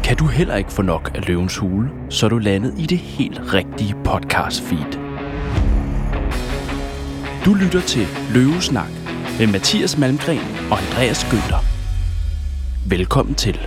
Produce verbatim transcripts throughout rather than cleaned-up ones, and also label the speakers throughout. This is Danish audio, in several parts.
Speaker 1: Kan du heller ikke få nok af Løvens Hule, så er du landet i det helt rigtige podcast feed. Du lytter til Løvesnak med Mathias Malmgren og Andreas Günther. Velkommen til.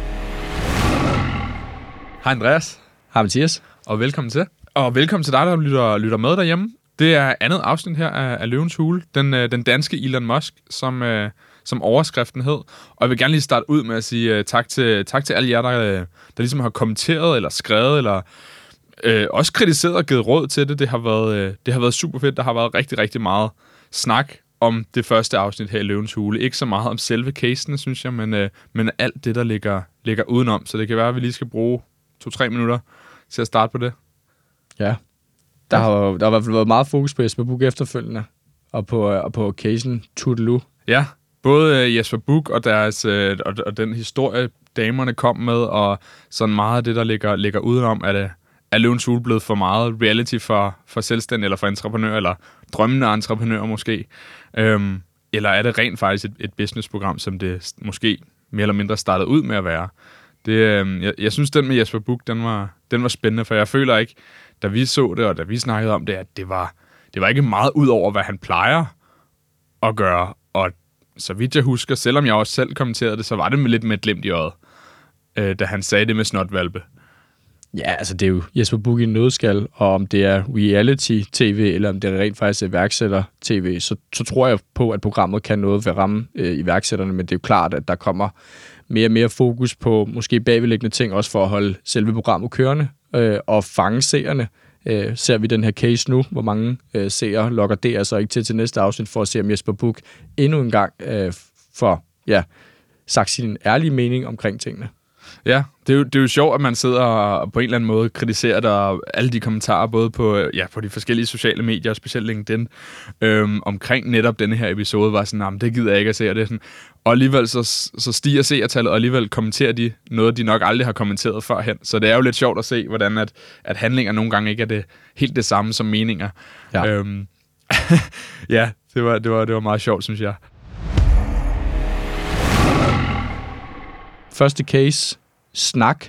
Speaker 2: Hej Andreas.
Speaker 3: Hej Mathias.
Speaker 2: Og velkommen til. Og velkommen til dig, der lytter, lytter med derhjemme. Det er andet afsnit her af, af Løvens Hule. Den, den danske Elon Musk, som, som overskriften hed. Og jeg vil gerne lige starte ud med at sige tak til, tak til alle jer, der, der ligesom har kommenteret eller skrevet, eller øh, også kritiseret og givet råd til det. Det har, været, det har været super fedt. Der har været rigtig, rigtig meget snak om det første afsnit her i Løvens Hule. Ikke så meget om selve casene, synes jeg, men, øh, men alt det, der ligger, ligger udenom. Så det kan være, at vi lige skal bruge to-tre minutter til at starte på det.
Speaker 3: Ja. Der har, der har i hvert fald været meget fokus på Jesper Buch efterfølgende, og på, og på casen Toodaloo.
Speaker 2: Ja, både Jesper Buch og, deres, og, og den historie, damerne kom med, og sådan meget af det, der ligger, ligger udenom, at det er Løvens Hule blevet for meget reality for, for selvstændige, eller for entreprenører, eller drømmende entreprenører måske. Øhm, eller er det rent faktisk et, et businessprogram, som det måske mere eller mindre startede ud med at være? Det, øh, jeg, jeg synes, den med Jesper Buch, den var, den var spændende, for jeg føler ikke, da vi så det, og da vi snakkede om det, at det var, det var ikke meget ud over, hvad han plejer at gøre. Og så vidt jeg husker, selvom jeg også selv kommenterede det, så var det med lidt med et glimt i øjet, øh, da han sagde det med snotvalpe.
Speaker 3: Ja, altså det er jo Jesper Buch i en nødskal, og om det er reality-tv, eller om det er rent faktisk iværksætter-tv, så, så tror jeg på, at programmet kan noget ved at ramme øh, iværksætterne, men det er jo klart, at der kommer mere og mere fokus på måske bagvedliggende ting, også for at holde selve programmet kørende øh, og fange seerne. Øh, ser vi den her case nu, hvor mange øh, seere logger det altså ikke til til næste afsnit, for at se om Jesper Buch endnu en gang øh, for, ja, sagt sin ærlige mening omkring tingene.
Speaker 2: Ja, det er, jo, det er jo sjovt, at man sidder og på en eller anden måde kritiserer der, og alle de kommentarer, både på, ja, på de forskellige sociale medier, specielt LinkedIn, øhm, omkring netop denne her episode, var sådan, det gider jeg ikke at se, og det sådan. Og alligevel så, så stiger seertallet, og alligevel kommenterer de noget, de nok aldrig har kommenteret førhen. Så det er jo lidt sjovt at se, hvordan at, at handlinger nogle gange ikke er det, helt det samme som meninger. Ja, øhm, ja det, var, det, var, det var meget sjovt, synes jeg.
Speaker 3: Første case, Snak,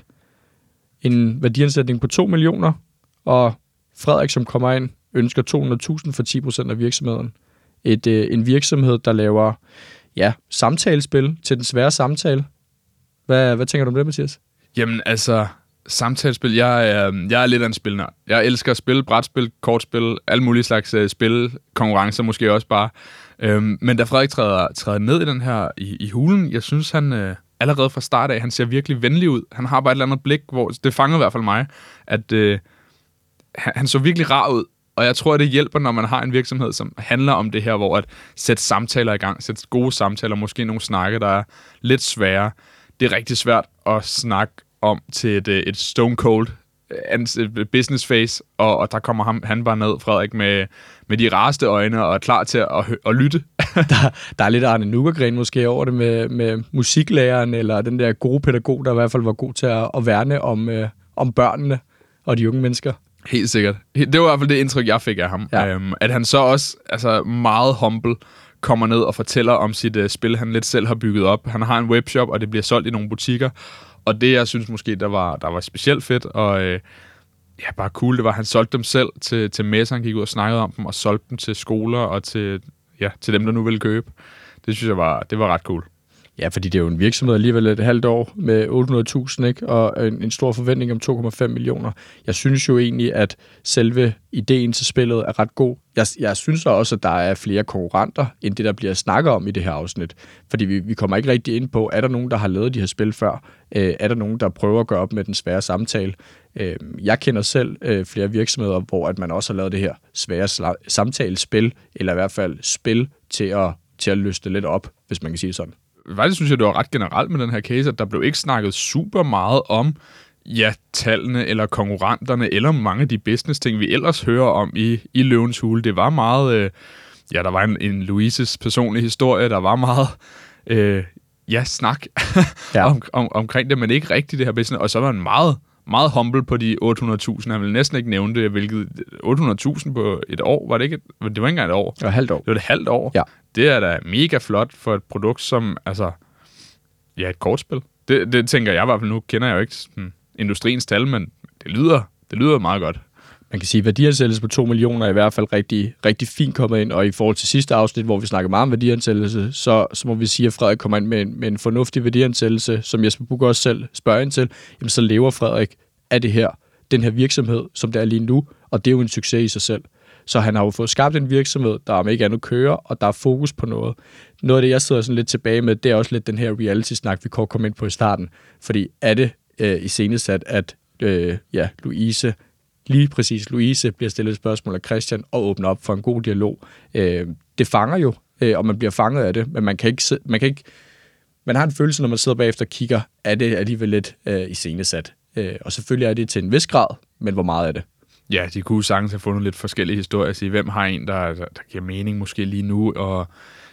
Speaker 3: en værdiansætning på to millioner, og Frederik, som kommer ind, ønsker to hundrede tusind for ti procent af virksomheden. Et, øh, en virksomhed, der laver ja, samtalespil til den svære samtale. Hvad, hvad tænker du om det, Mathias?
Speaker 2: Jamen altså, samtalespil, jeg er, jeg er lidt af en spilnørd. Jeg elsker at spille brætspil, kortspil, alle mulige slags uh, spil, konkurrencer måske også bare. Øhm, men da Frederik træder, træder ned i den her i, i hulen, jeg synes, han... Øh, allerede fra start af, han ser virkelig venlig ud. Han har bare et eller andet blik, hvor det fangede i hvert fald mig, at øh, han, han så virkelig rar ud. Og jeg tror, at det hjælper, når man har en virksomhed, som handler om det her, hvor at sætte samtaler i gang, sætte gode samtaler, måske nogle snakke, der er lidt svære. Det er rigtig svært at snakke om til et, et stone cold business face, og, og der kommer ham, han bare ned, Frederik, med, med de rareste øjne, og er klar til at, at, at lytte.
Speaker 3: der, der er lidt Arne Nubergren måske over det med, med musiklæreren, eller den der gode pædagog, der i hvert fald var god til at, at værne om, øh, om børnene og de unge mennesker.
Speaker 2: Helt sikkert. Det var i hvert fald det indtryk, jeg fik af ham. Ja. Øhm, at han så også altså meget humble kommer ned og fortæller om sit uh, spil, han lidt selv har bygget op. Han har en webshop, og det bliver solgt i nogle butikker. Og det, jeg synes måske, der var, der var specielt fedt, og øh, ja, bare cool, det var, at han solgte dem selv til, til messer. Han gik ud og snakkede om dem, og solgte dem til skoler og til, ja, til dem, der nu ville købe. Det synes jeg var, det var ret cool.
Speaker 3: Ja, fordi det er jo en virksomhed alligevel et halvt år med otte hundrede tusind, ikke? Og en, en stor forventning om to komma fem millioner. Jeg synes jo egentlig, at selve ideen til spillet er ret god. Jeg, jeg synes også, at der er flere konkurrenter, end det, der bliver snakket om i det her afsnit. Fordi vi, vi kommer ikke rigtig ind på, er der nogen, der har lavet de her spil før? Øh, er der nogen, der prøver at gøre op med den svære samtale? Øh, jeg kender selv øh, flere virksomheder, hvor at man også har lavet det her svære sla- samtalespil, eller i hvert fald spil til at, til at løsne lidt op, hvis man kan sige sådan.
Speaker 2: Faktisk synes jeg, det var ret generelt med den her case, at der blev ikke snakket super meget om ja, tallene eller konkurrenterne, eller mange af de business-ting, vi ellers hører om i, i Løvens Hule. Det var meget... Øh, ja, der var en, en Louises personlige historie, der var meget... Øh, ja, snak ja. om, om, omkring det, men ikke rigtigt det her business. Og så var han meget, meget humble på de otte hundrede tusind. Han ville næsten ikke nævne det, hvilket otte hundrede tusind på et år, var det ikke? Et, det var ikke engang et år.
Speaker 3: Det var et halvt år.
Speaker 2: Det var et halvt år.
Speaker 3: Ja.
Speaker 2: Det er da mega flot for et produkt som, altså, ja, et kortspil. Det, det tænker jeg i hvert fald nu, kender jeg jo ikke. Hmm. industriens tal, men det lyder, det lyder meget godt.
Speaker 3: Man kan sige, at værdiansættelse på to millioner er i hvert fald rigtig, rigtig fint kommet ind, og i forhold til sidste afsnit, hvor vi snakker meget om værdiansættelse, så, så må vi sige, at Frederik kommer ind med en, med en fornuftig værdiansættelse, som Jesper Buch også selv spørger ind til, jamen så lever Frederik af det her, den her virksomhed, som det er lige nu, og det er jo en succes i sig selv. Så han har jo fået skabt en virksomhed, der om ikke andet kører, og der er fokus på noget. Noget af det, jeg sidder sådan lidt tilbage med, det er også lidt den her reality-snak, vi kunne komme ind på i starten. Fordi er det øh, iscenesat, at øh, ja, Louise, lige præcis Louise, bliver stillet et spørgsmål af Christian og åbner op for en god dialog. Øh, det fanger jo, øh, og man bliver fanget af det, men man kan ikke... Man, kan ikke, man har en følelse, når man sidder bagefter og kigger, er det alligevel lidt øh, iscenesat. Øh, og selvfølgelig er det til en vis grad, men hvor meget er det?
Speaker 2: Ja, de kunne sagtens have fundet lidt forskellige historier at sige, hvem har en, der, der, der giver mening måske lige nu, og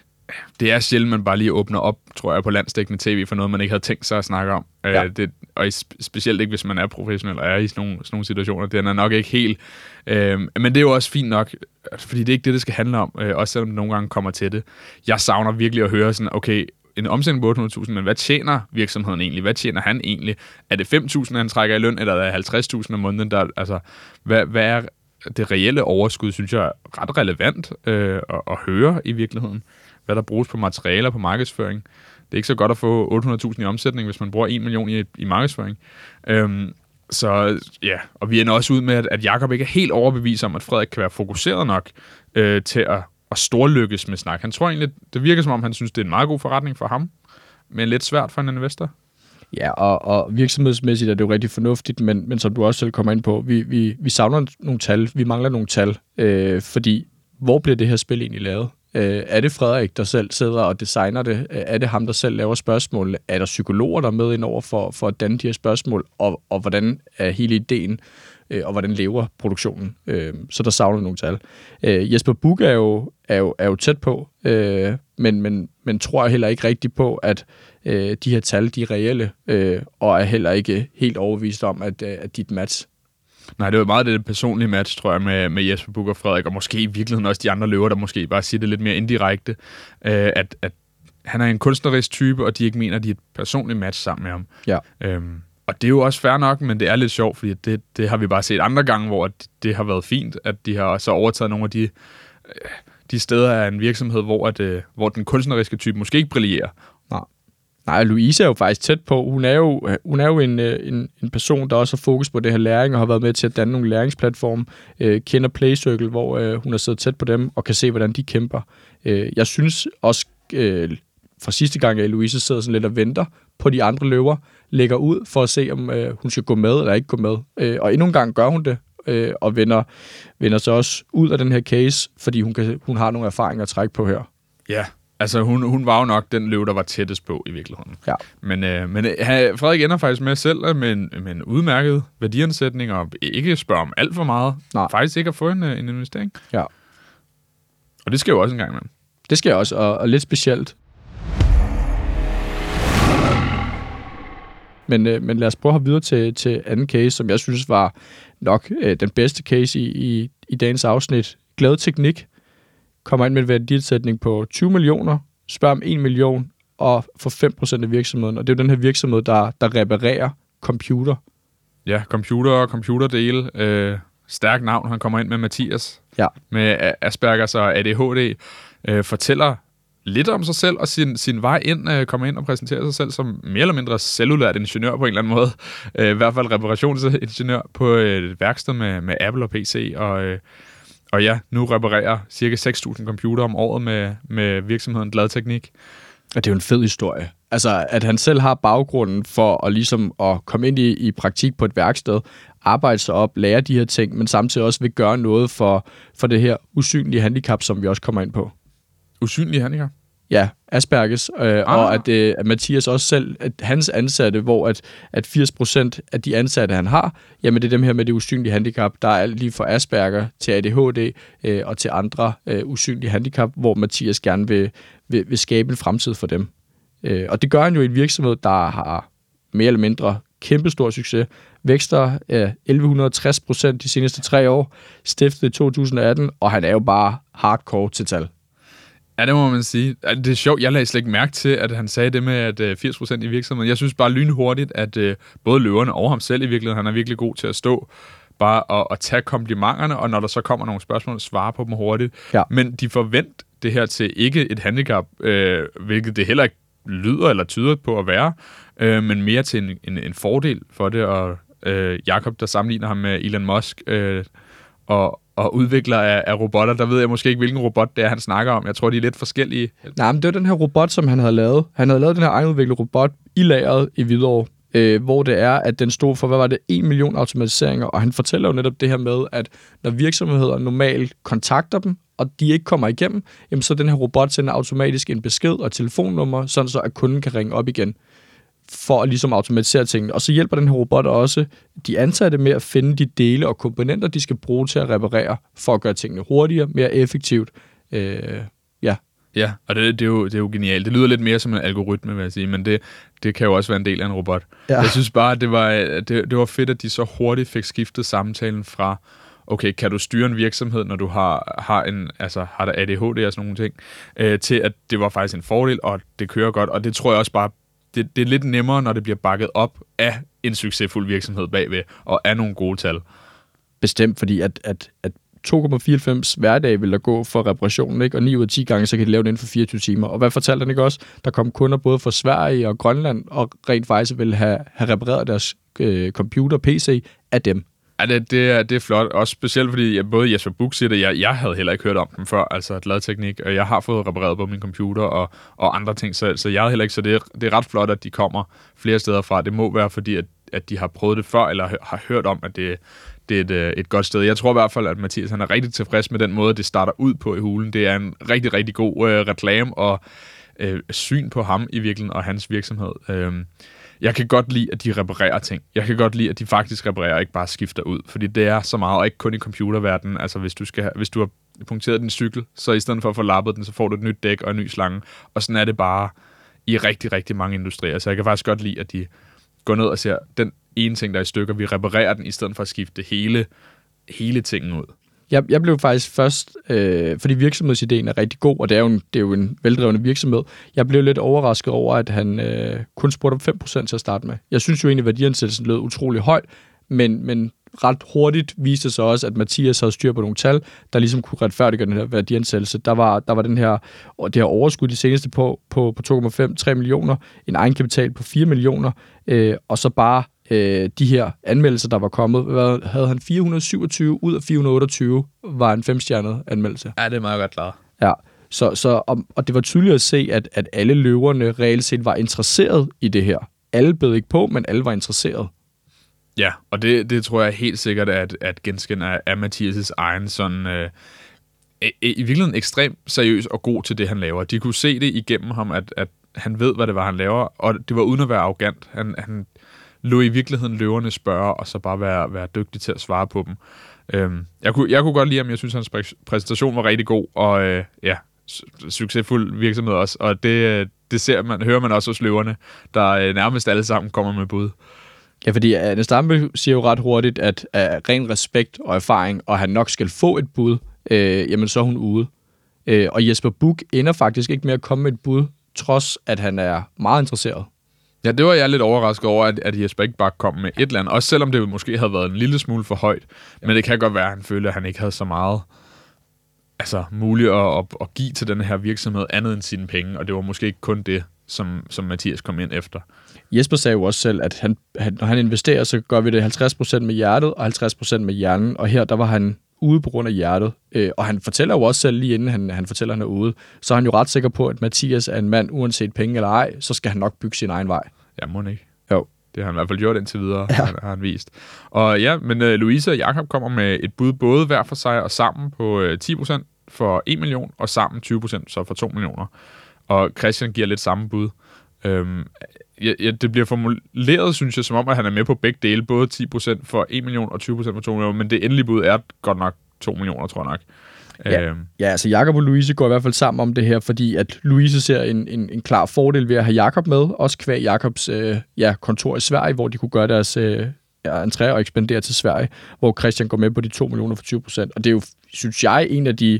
Speaker 2: det er sjældent, man bare lige åbner op, tror jeg, på landsdækkende tv for noget, man ikke havde tænkt sig at snakke om. Ja. Øh, det, og specielt ikke, hvis man er professionel og er i sådan nogle, sådan nogle situationer. Det er nok ikke helt... Øh, men det er jo også fint nok, fordi det er ikke det, det skal handle om, øh, også selvom det nogle gange kommer til det. Jeg savner virkelig at høre sådan, okay, en omsætning på otte hundrede tusind, men hvad tjener virksomheden egentlig? Hvad tjener han egentlig? Er det fem tusind, han trækker i løn, eller er det halvtreds tusind om måneden? Der, altså, hvad, hvad er det reelle overskud, synes jeg er ret relevant øh, at, at høre i virkeligheden. Hvad der bruges på materialer, på markedsføring. Det er ikke så godt at få otte hundrede tusind i omsætning, hvis man bruger en million i, i markedsføring. Øhm, så ja, og vi ender også ud med, at, at Jakob ikke er helt overbevist om, at Frederik kan være fokuseret nok øh, til at og storlykkes med snak. Han tror egentlig, det virker som om, han synes, det er en meget god forretning for ham, men lidt svært for en investor.
Speaker 3: Ja, og, og virksomhedsmæssigt er det jo rigtig fornuftigt, men, men som du også selv kommer ind på, vi, vi, vi savner nogle tal, vi mangler nogle tal, øh, fordi hvor bliver det her spil egentlig lavet? Øh, er det Frederik, der selv sidder og designer det? Er det ham, der selv laver spørgsmålene? Er der psykologer, der er med ind over for, for at danne de her spørgsmål? Og, og hvordan er hele ideen? Og hvordan lever produktionen. Øh, så der savner nogle tal. Øh, Jesper Buch er jo, er, jo, er jo tæt på, øh, men, men, men tror jeg heller ikke rigtigt på, at øh, de her tal, de er reelle, øh, og er heller ikke helt overbevist om, at, at de er et match.
Speaker 2: Nej, det var meget det personlige match, tror jeg, med, med Jesper Buch og Frederik, og måske i virkeligheden også de andre løver, der måske bare siger det lidt mere indirekte, øh, at, at han er en kunstnerisk type, og de ikke mener, at de er et personligt match sammen med ham.
Speaker 3: Ja.
Speaker 2: Øhm, Og det er jo også fair nok, men det er lidt sjovt, fordi det, det har vi bare set andre gange, hvor det har været fint, at de har så overtaget nogle af de, de steder af en virksomhed, hvor, at, hvor den kunstneriske type måske ikke brillerer.
Speaker 3: Nej. Nej, Louise er jo faktisk tæt på. Hun er jo, hun er jo en, en, en person, der også har fokus på det her læring, og har været med til at danne nogle læringsplatforme. Øh, kender PlayCircle, hvor øh, hun har siddet tæt på dem, og kan se, hvordan de kæmper. Øh, jeg synes også, øh, fra sidste gang, at Louise sidder sådan lidt og venter på de andre løver, lægger ud for at se, om øh, hun skal gå med eller ikke gå med. Øh, og endnu en gang gør hun det, øh, og vender, vender sig også ud af den her case, fordi hun, kan, hun har nogle erfaringer at trække på her.
Speaker 2: Ja, altså hun, hun var jo nok den løv, der var tættest på i virkeligheden.
Speaker 3: Ja.
Speaker 2: Men, øh, men øh, Frederik ender faktisk med selv med en, med en udmærket værdiansætning, og ikke spørge om alt for meget.
Speaker 3: Nej.
Speaker 2: Faktisk ikke at få en, en investering.
Speaker 3: Ja.
Speaker 2: Og det skal jo også en gang med.
Speaker 3: Det skal også, og, og lidt specielt. Men, øh, men lad os prøve at videre til, til anden case, som jeg synes var nok øh, den bedste case i, i, i dagens afsnit. Glad Teknik kommer ind med en værdiansætning på tyve millioner, spørger om en million og får fem procent af virksomheden. Og det er jo den her virksomhed, der, der reparerer computer.
Speaker 2: Ja, computer og computerdele. Øh, stærk navn, han kommer ind med Mathias.
Speaker 3: Ja.
Speaker 2: Med Aspergers og A D H D. Øh, fortæller lidt om sig selv og sin, sin vej ind, øh, kommer ind og præsenterer sig selv som mere eller mindre selvudlært ingeniør på en eller anden måde. Øh, I hvert fald reparationsingeniør på et værksted med, med Apple og P C. Og, øh, og ja, nu reparerer cirka seks tusind computer om året med, med virksomheden Glad Teknik.
Speaker 3: Og det er jo en fed historie. Altså, at han selv har baggrunden for at, ligesom, at komme ind i, i praktik på et værksted, arbejde sig op, lære de her ting, men samtidig også vil gøre noget for, for det her usynlige handicap, som vi også kommer ind på.
Speaker 2: Usynlige handicap?
Speaker 3: Ja, Aspergers, øh, ah. og at, øh, at Mathias også selv, at hans ansatte, hvor at, at firs procent af de ansatte, han har, jamen det er dem her med det usynlige handicap, der er alt lige fra Asperger til A D H D øh, og til andre øh, usynlige handicap, hvor Mathias gerne vil, vil, vil skabe en fremtid for dem. Øh, og det gør han jo i en virksomhed, der har mere eller mindre kæmpestor succes. Vækster øh, elleve tres procent de seneste tre år, stiftet i to tusind atten, og han er jo bare hardcore til tal.
Speaker 2: Ja, det må man sige. Det er sjovt, jeg lagde slet ikke mærke til, at han sagde det med, at firs procent i virksomheden. Jeg synes bare lynhurtigt, at både løverne og ham selv i virkeligheden, han er virkelig god til at stå bare og, og tage komplimenterne, og når der så kommer nogle spørgsmål, svare på dem hurtigt. Ja. Men de forventer det her til ikke et handicap, øh, hvilket det heller ikke lyder eller tyder på at være, øh, men mere til en, en, en fordel for det. Og øh, Jakob, der sammenligner ham med Elon Musk, øh, og og udvikler af, af robotter, der ved jeg måske ikke, hvilken robot det er, han snakker om. Jeg tror, de er lidt forskellige.
Speaker 3: Nej, men det var den her robot, som han havde lavet. Han havde lavet den her egenudviklede robot i lageret i Hvidovre, øh, hvor det er, at den stod for, hvad var det, en million automatiseringer, og han fortæller jo netop det her med, at når virksomheder normalt kontakter dem, og de ikke kommer igennem, jamen så den her robot sender automatisk en besked og telefonnummer, sådan så at kunden kan ringe op igen, for at ligesom automatisere tingene. Og så hjælper den her robot også de ansatte med at finde de dele og komponenter, de skal bruge til at reparere, for at gøre tingene hurtigere, mere effektivt. Øh, ja.
Speaker 2: Ja, og det, det, er jo, det er jo genialt. Det lyder lidt mere som en algoritme, vil jeg sige, men det, det kan jo også være en del af en robot. Ja. Jeg synes bare, at det var, det, det var fedt, at de så hurtigt fik skiftet samtalen fra, okay, kan du styre en virksomhed, når du har, har, en, altså, har der A D H D og sådan nogle ting, øh, til at det var faktisk en fordel, og det kører godt, og det tror jeg også bare, Det, det er lidt nemmere, når det bliver bakket op af en succesfuld virksomhed bagved, og af nogle gode tal.
Speaker 3: Bestemt, fordi at, at, at to komma fireoghalvfems hverdage vil der gå for reparationen, ikke? Og ni ud af ti gange, så kan de lave det inden for fireogtyve timer. Og hvad fortalte han ikke også? Der kom kunder både fra Sverige og Grønland, og rent faktisk ville have, have repareret deres øh, computer, P C af dem.
Speaker 2: Ja, det, det, er, det er flot. Også specielt, fordi jeg, både Jesper Buch siger det, jeg, jeg havde heller ikke hørt om dem før, altså ladteknik, og jeg har fået repareret på min computer og, og andre ting, så, så jeg havde heller ikke, så det er, det er ret flot, at de kommer flere steder fra. Det må være, fordi at, at de har prøvet det før, eller har hørt om, at det, det er et, et godt sted. Jeg tror i hvert fald, at Mathias han er rigtig tilfreds med den måde, det starter ud på i Hulen. Det er en rigtig, rigtig god øh, reklame og øh, syn på ham i virkeligheden og hans virksomhed. Øh, Jeg kan godt lide, at de reparerer ting. Jeg kan godt lide, at de faktisk reparerer og ikke bare skifter ud. Fordi det er så meget, og ikke kun i computerverdenen. Altså, hvis du, skal have, hvis du har punkteret din cykel, så i stedet for at få lappet den, så får du et nyt dæk og en ny slange. Og sådan er det bare i rigtig, rigtig mange industrier. Så jeg kan faktisk godt lide, at de går ned og ser den ene ting, der er i stykker. Vi reparerer den, i stedet for at skifte hele, hele tingen ud.
Speaker 3: Jeg, jeg blev faktisk først, øh, fordi virksomhedsideen er rigtig god, og det er jo en, det er jo en veldrevne virksomhed. Jeg blev lidt overrasket over, at han øh, kun spurgte om fem procent til at starte med. Jeg synes jo egentlig, at værdiansættelsen lød utrolig højt, men, men ret hurtigt viste sig også, at Mathias havde styr på nogle tal, der ligesom kunne retfærdiggøre den her værdiansættelse. Der var, der var den her, det her overskud de seneste på, på, på to komma fem til tre millioner, en egenkapital på fire millioner, øh, og så bare øh, de her anmeldelser, der var kommet. Hvad, havde han fire hundrede syvogtyve ud af fire hundrede otteogtyve, var en femstjernet anmeldelse.
Speaker 2: Ja, det er meget godt klaret.
Speaker 3: Ja, så, så, og, og det var tydeligt at se, at, at alle løverne reelt set var interesseret i det her. Alle bed ikke på, men alle var interesseret.
Speaker 2: Ja, og det, det tror jeg helt sikkert, at, at genskin er, er Mathias' egen sådan, øh, i, i virkeligheden ekstremt seriøs og god til det, han laver. De kunne se det igennem ham, at, at han ved, hvad det var, han laver, og det var uden at være arrogant. Han, han lå i virkeligheden løverne spørge, og så bare være, være dygtig til at svare på dem. Øhm, jeg, kunne, jeg kunne godt lide ham, jeg synes, hans præsentation var rigtig god, og øh, ja, succesfuld virksomhed også, og det, det ser man, hører man også hos løverne, der øh, nærmest alle sammen kommer med bud.
Speaker 3: Ja, fordi Anne Stampe siger jo ret hurtigt, at af ren respekt og erfaring, og han nok skal få et bud, øh, jamen så er hun ude. Øh, og Jesper Buch ender faktisk ikke med at komme med et bud, trods at han er meget interesseret.
Speaker 2: Ja, det var jeg lidt overrasket over, at, at Jesper ikke bare kom med et eller andet, også selvom det måske havde været en lille smule for højt. Ja. Men det kan godt være, at han følte, at han ikke havde så meget altså, muligt at, at, at give til den her virksomhed andet end sine penge, og det var måske ikke kun det, som, som Mathias kom ind efter.
Speaker 3: Jesper sagde jo også selv, at han, han, når han investerer, så gør vi det halvtreds procent med hjertet og halvtreds procent med hjernen, og her der var han ude på grund af hjertet. Øh, og han fortæller jo også selv, lige inden han, han fortæller, at han er ude, så er han jo ret sikker på, at Mathias er en mand, uanset penge eller ej, så skal han nok bygge sin egen vej.
Speaker 2: Ja, må ikke.
Speaker 3: Jo.
Speaker 2: Det har han i hvert fald gjort indtil videre, ja. har, har han vist. Og ja, men uh, Louise og Jakob kommer med et bud både hver for sig og sammen på uh, ti procent for en million, og sammen tyve procent så for to millioner. Og Christian giver lidt samme bud. Øhm, ja, ja, det bliver formuleret, synes jeg, som om, at han er med på begge dele, både ti procent for en million og tyve procent for to millioner, men det endelige bud er godt nok to millioner, tror jeg nok.
Speaker 3: Ja, øhm. ja, altså Jakob og Louise går i hvert fald sammen om det her, fordi at Louise ser en, en, en klar fordel ved at have Jakob med, også kvæg Jakobs øh, ja, kontor i Sverige, hvor de kunne gøre deres øh, ja, entré og ekspandere til Sverige, hvor Christian går med på de to millioner for tyve procent, og det er jo, synes jeg, en af de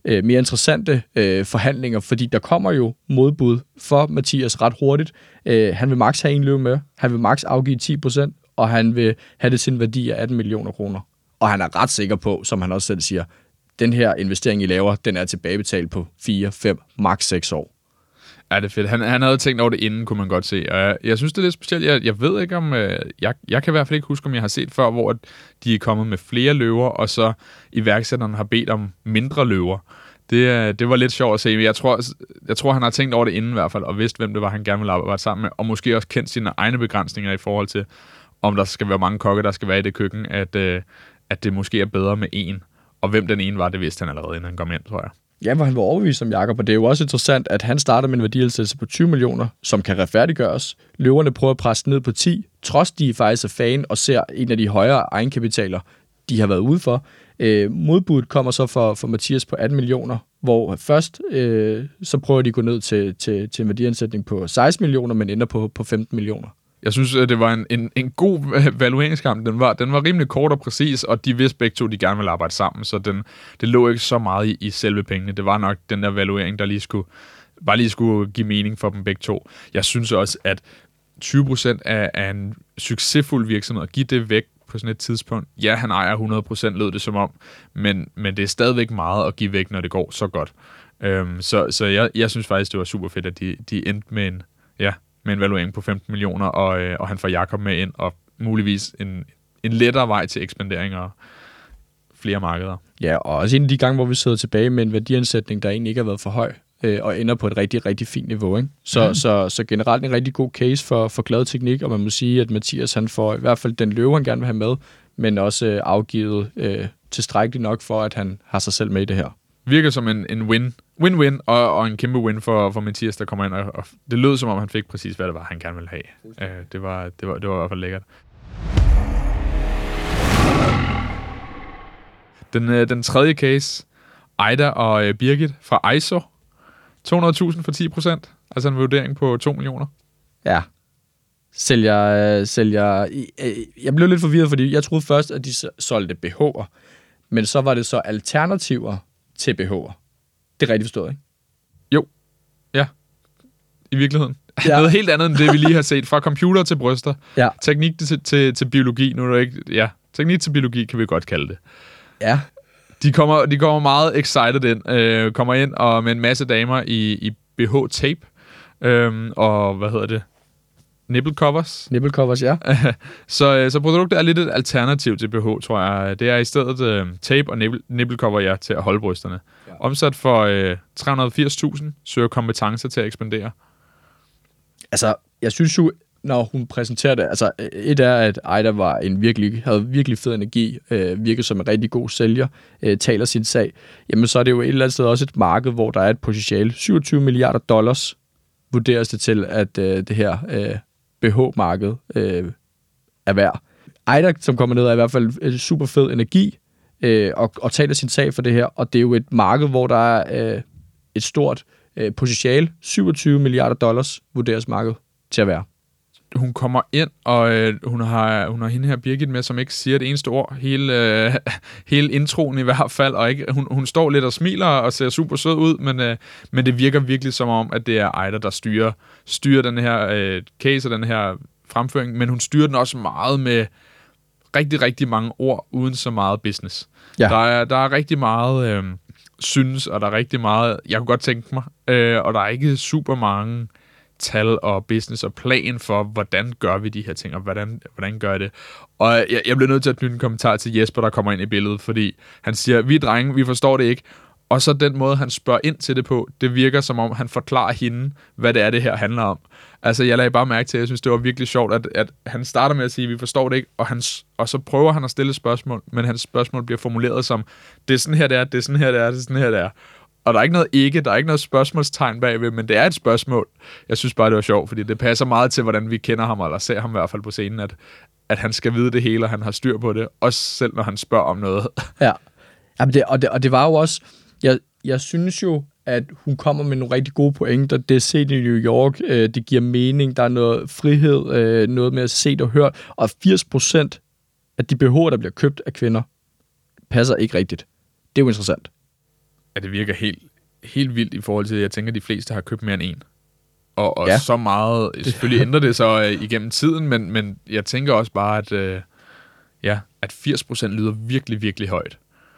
Speaker 3: øh, mere interessante øh, forhandlinger, fordi der kommer jo modbud for Mathias ret hurtigt. Øh, han vil maks have en løve med, han vil maks afgive ti procent, og han vil have det sin værdi af atten millioner kroner. Og han er ret sikker på, som han også selv siger, den her investering, I laver, den er tilbagebetalt på fire, fem, maks seks år.
Speaker 2: Ja, det er fedt. Han, han havde tænkt over det inden, kunne man godt se. Og jeg, jeg synes, det er lidt specielt. Jeg, jeg ved ikke om... Øh, jeg, jeg kan i hvert fald ikke huske, om jeg har set før, hvor de er kommet med flere løver, og så iværksætteren har bedt om mindre løver. Det, det var lidt sjovt at se. Jeg tror, jeg tror, han har tænkt over det inden i hvert fald, og vidst, hvem det var, han gerne ville arbejde sammen med, og måske også kendt sine egne begrænsninger i forhold til, om der skal være mange kokke, der skal være i det køkken, at, øh, at det måske er bedre med en. Og hvem den ene var, det vidste han allerede, inden han kom ind, tror jeg.
Speaker 3: Ja, hvor han var overbevist om Jakob, og det er jo også interessant, at han starter med en værdiansættelse på tyve millioner, som kan retfærdiggøres. Løverne prøver at presse ned på ti, trods de faktisk er fan og ser en af de højere egenkapitaler, de har været ude for. Øh, modbuddet kommer så for, for Mathias på atten millioner, hvor først øh, så prøver de at gå ned til, til, til en værdiansætning på seksten millioner, men ender på, på femten millioner.
Speaker 2: Jeg synes, det var en, en, en god valueringskamp. Den var, den var rimelig kort og præcis, og de vidste begge to, de gerne ville arbejde sammen, så den, det lå ikke så meget i, i selve pengene. Det var nok den der valuering, der lige skulle, bare lige skulle give mening for dem begge to. Jeg synes også, at tyve procent af, af en succesfuld virksomhed, at give det væk på sådan et tidspunkt, ja, han ejer hundrede procent, lød det som om, men, men det er stadigvæk meget at give væk, når det går så godt. Øhm, så så jeg, jeg synes faktisk, det var super fedt, at de, de endte med en... Ja, med en valuering på femten millioner, og, øh, og han får Jakob med ind, og muligvis en, en lettere vej til ekspandering og flere markeder.
Speaker 3: Ja, og også en af de gange, hvor vi sidder tilbage med en værdiansætning, der egentlig ikke har været for høj, øh, og ender på et rigtig, rigtig fint niveau. Ikke? Så, mm. så, så generelt en rigtig god case for, for glad teknik, og man må sige, at Mathias han får i hvert fald den løve, han gerne vil have med, men også øh, afgivet øh, tilstrækkeligt nok for, at han har sig selv med i det her.
Speaker 2: Virker som en, en win. Win-win, og, og en kæmpe win for, for Mathias, der kommer ind, og, og det lød som om, han fik præcis, hvad det var, han gerne ville have. Uh, det, var, det, var, det var i hvert fald lækkert. Den, uh, den tredje case, Ida og uh, Birgit fra I S O, to hundrede tusind for ti procent, altså en vurdering på to millioner.
Speaker 3: Ja. Sælger, sælger... Jeg blev lidt forvirret, fordi jeg troede først, at de solgte B H'er, men så var det så alternativer til B H'er. Det er rigtigt forstået, ikke?
Speaker 2: Jo. Ja. I virkeligheden.
Speaker 3: Ja.
Speaker 2: Noget helt andet end det, vi lige har set. Fra computer til bryster.
Speaker 3: Ja.
Speaker 2: Teknik til, til, til biologi. Nu er det ikke... Ja. Teknik til biologi kan vi godt kalde det.
Speaker 3: Ja.
Speaker 2: De kommer, de kommer meget excited ind. Øh, kommer ind og med en masse damer i, i B H-tape. Øh, og hvad hedder det? Nipple covers.
Speaker 3: Nipple covers, ja.
Speaker 2: så, så produktet er lidt et alternativ til B H, tror jeg. Det er i stedet øh, tape og nipple, nipple cover, ja, til at holde brysterne. Ja. Omsat for øh, tre hundrede og firs tusind, søger kompetencer til at ekspandere.
Speaker 3: Altså, jeg synes jo, når hun præsenterer det, altså et er, at Ida var en virkelig, havde virkelig fed energi, øh, virkede som en rigtig god sælger, øh, taler sin sag, jamen så er det jo et eller andet sted også et marked, hvor der er et potentiale. syvogtyve milliarder dollars vurderes det til, at øh, det her øh, B H-marked øh, er værd. Ida, som kommer ned, er i hvert fald super fed energi, øh, og, og taler sin sag for det her, og det er jo et marked, hvor der er øh, et stort øh, potentiale. syvogtyve milliarder dollars vurderes markedet til at være.
Speaker 2: Hun kommer ind, og øh, hun, har, hun har hende her Birgit med, som ikke siger det eneste ord. Hele, øh, hele introen i hvert fald. Og ikke, hun, hun står lidt og smiler og ser super sød ud, men, øh, men det virker virkelig som om, at det er Ida, der styrer, styrer den her øh, case og den her fremføring. Men hun styrer den også meget med rigtig, rigtig mange ord, uden så meget business. Ja. Der, er, der er rigtig meget øh, synes, og der er rigtig meget, jeg kunne godt tænke mig. Øh, og der er ikke super mange tal og business og plan for, hvordan gør vi de her ting, og hvordan, hvordan gør jeg det. Og jeg, jeg bliver nødt til at knytte en kommentar til Jesper, der kommer ind i billedet, fordi han siger, vi er drenge, vi forstår det ikke. Og så den måde, han spørger ind til det på, det virker som om, han forklarer hende, hvad det er, det her handler om. Altså, jeg lagde bare mærke til, at jeg synes, det var virkelig sjovt, at, at han starter med at sige, vi forstår det ikke, og, han, og så prøver han at stille spørgsmål, men hans spørgsmål bliver formuleret som, det er sådan her, det er, det er sådan her, det er, det er sådan her, det er. Og der er ikke noget ikke, der er ikke noget spørgsmålstegn bagved, men det er et spørgsmål. Jeg synes bare, det var sjovt, fordi det passer meget til, hvordan vi kender ham, eller ser ham i hvert fald på scenen, at, at han skal vide det hele, og han har styr på det, også selv når han spørger om noget.
Speaker 3: Ja, Jamen det, og, det, og det var jo også, jeg, jeg synes jo, at hun kommer med nogle rigtig gode pointer. Det er set i New York, øh, det giver mening, der er noget frihed, øh, noget med at se og høre, og firs procent af de B H'er, der bliver købt af kvinder, passer ikke rigtigt. Det er jo interessant.
Speaker 2: at det virker helt, helt vildt i forhold til, at jeg tænker, at de fleste har købt mere end en. Og, og
Speaker 3: Ja.
Speaker 2: så meget, selvfølgelig ændrer det så øh, igennem tiden, men, men jeg tænker også bare, at, øh, ja, at firs procent lyder virkelig, virkelig højt.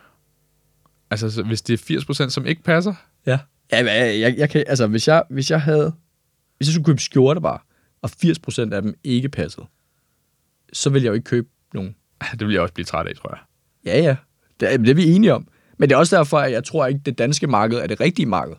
Speaker 2: Altså, så, hvis det er firs procent, som ikke passer,
Speaker 3: Ja. Ja, jeg, jeg, jeg kan, altså, hvis jeg, hvis jeg havde, hvis jeg skulle købe skjorter bare, og firs procent af dem ikke passede, så ville jeg jo ikke købe nogen.
Speaker 2: det vil jeg også blive træt af, tror jeg.
Speaker 3: Ja, ja. Det er, det er vi enige om. Men det er også derfor, at jeg tror ikke, det danske marked er det rigtige marked.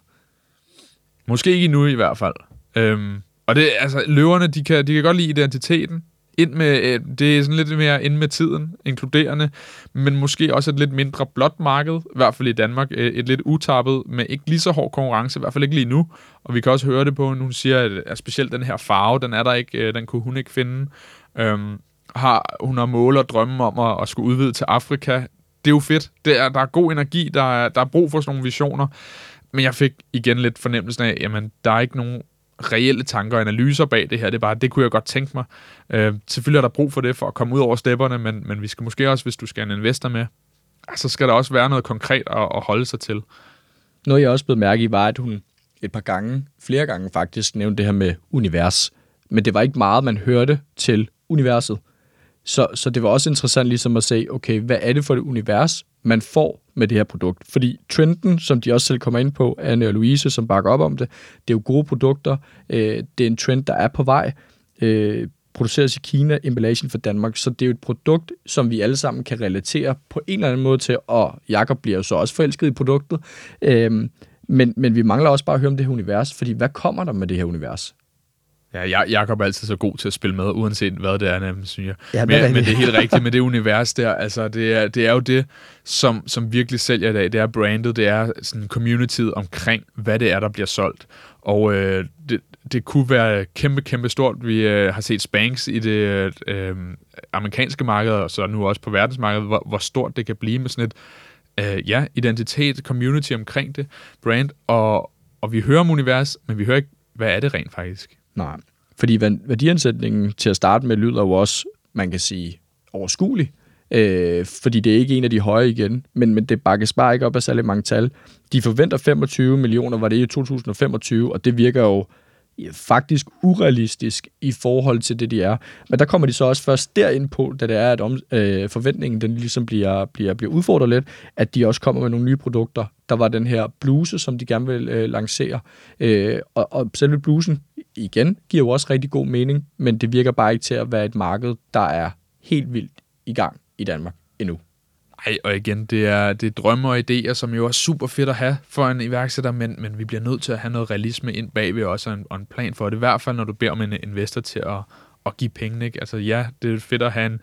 Speaker 2: Måske ikke endnu i hvert fald. Øhm, og det, altså, løverne, de kan, de kan godt lide identiteten. Ind med, øh, det er sådan lidt mere ind med tiden, inkluderende, men måske også et lidt mindre blåt marked, i hvert fald i Danmark, øh, et lidt utappet, med ikke lige så hård konkurrence, i hvert fald ikke lige nu. Og vi kan også høre det på, hun siger, at, at specielt den her farve, den er der ikke, øh, den kunne hun ikke finde. Øhm, har, hun har mål og drømme om at, at skulle udvide til Afrika. Det er jo fedt. Det er, der er god energi, der er, der er brug for sådan nogle visioner. Men jeg fik igen lidt fornemmelsen af, jamen, der er ikke nogen reelle tanker og analyser bag det her. Det er bare, det kunne jeg godt tænke mig. Øh, selvfølgelig er der brug for det, for at komme ud over stepperne, men, men vi skal måske også, hvis du skal en investor med, så skal der også være noget konkret at, at holde sig til.
Speaker 3: Noget, jeg også blev mærke i, var, at hun et par gange, flere gange faktisk, nævnte det her med univers. Men det var ikke meget, man hørte til universet. Så, så det var også interessant ligesom at se, okay, hvad er det for et univers, man får med det her produkt? Fordi trenden, som de også selv kommer ind på, Anne og Louise, som bakker op om det, det er jo gode produkter. Øh, det er en trend, der er på vej. Øh, produceres i Kina, emballation for Danmark. Så det er jo et produkt, som vi alle sammen kan relatere på en eller anden måde til, og Jakob bliver jo så også forelsket i produktet. Øh, men, men vi mangler også bare at høre om det her univers, fordi hvad kommer der med det her univers?
Speaker 2: Ja, Jakob er altid så god til at spille med, uanset hvad det er, nemlig, synes jeg.
Speaker 3: Ja,
Speaker 2: men, men det er helt rigtigt med det univers der. Altså, det er, det er jo det, som, som virkelig sælger i dag. Det er brandet, det er sådan communityet omkring, hvad det er, der bliver solgt. Og øh, det, det kunne være kæmpe, kæmpe stort. Vi øh, har set Spanx i det øh, amerikanske marked, og så nu også på verdensmarkedet, hvor, hvor stort det kan blive med sådan et øh, ja, identitet, community omkring det, brand. Og, og vi hører om univers, men vi hører ikke, hvad er det rent faktisk?
Speaker 3: Nej, fordi værdiansætningen til at starte med lyder jo også, man kan sige, overskuelig. Øh, fordi det er ikke en af de høje igen, men, men det bakkes bare ikke op af særlig mange tal. De forventer femogtyve millioner, var det i to tusind femogtyve, og det virker jo faktisk urealistisk i forhold til det, de er. Men der kommer de så også først derind på, da det er, at om, øh, forventningen den ligesom bliver, bliver, bliver udfordret lidt, at de også kommer med nogle nye produkter. Der var den her bluse, som de gerne vil øh, lancere, øh, og, og selve blusen, igen, giver jo også rigtig god mening, men det virker bare ikke til at være et marked, der er helt vildt i gang i Danmark endnu.
Speaker 2: Ej, og igen, det er, det er drømme og idéer, som jo er super fedt at have for en iværksætter, men, men vi bliver nødt til at have noget realisme ind bagved også, og en, og en plan for det. I hvert fald, når du beder om en investor til at, at give penge. Ikke? Altså ja, det er fedt at have en,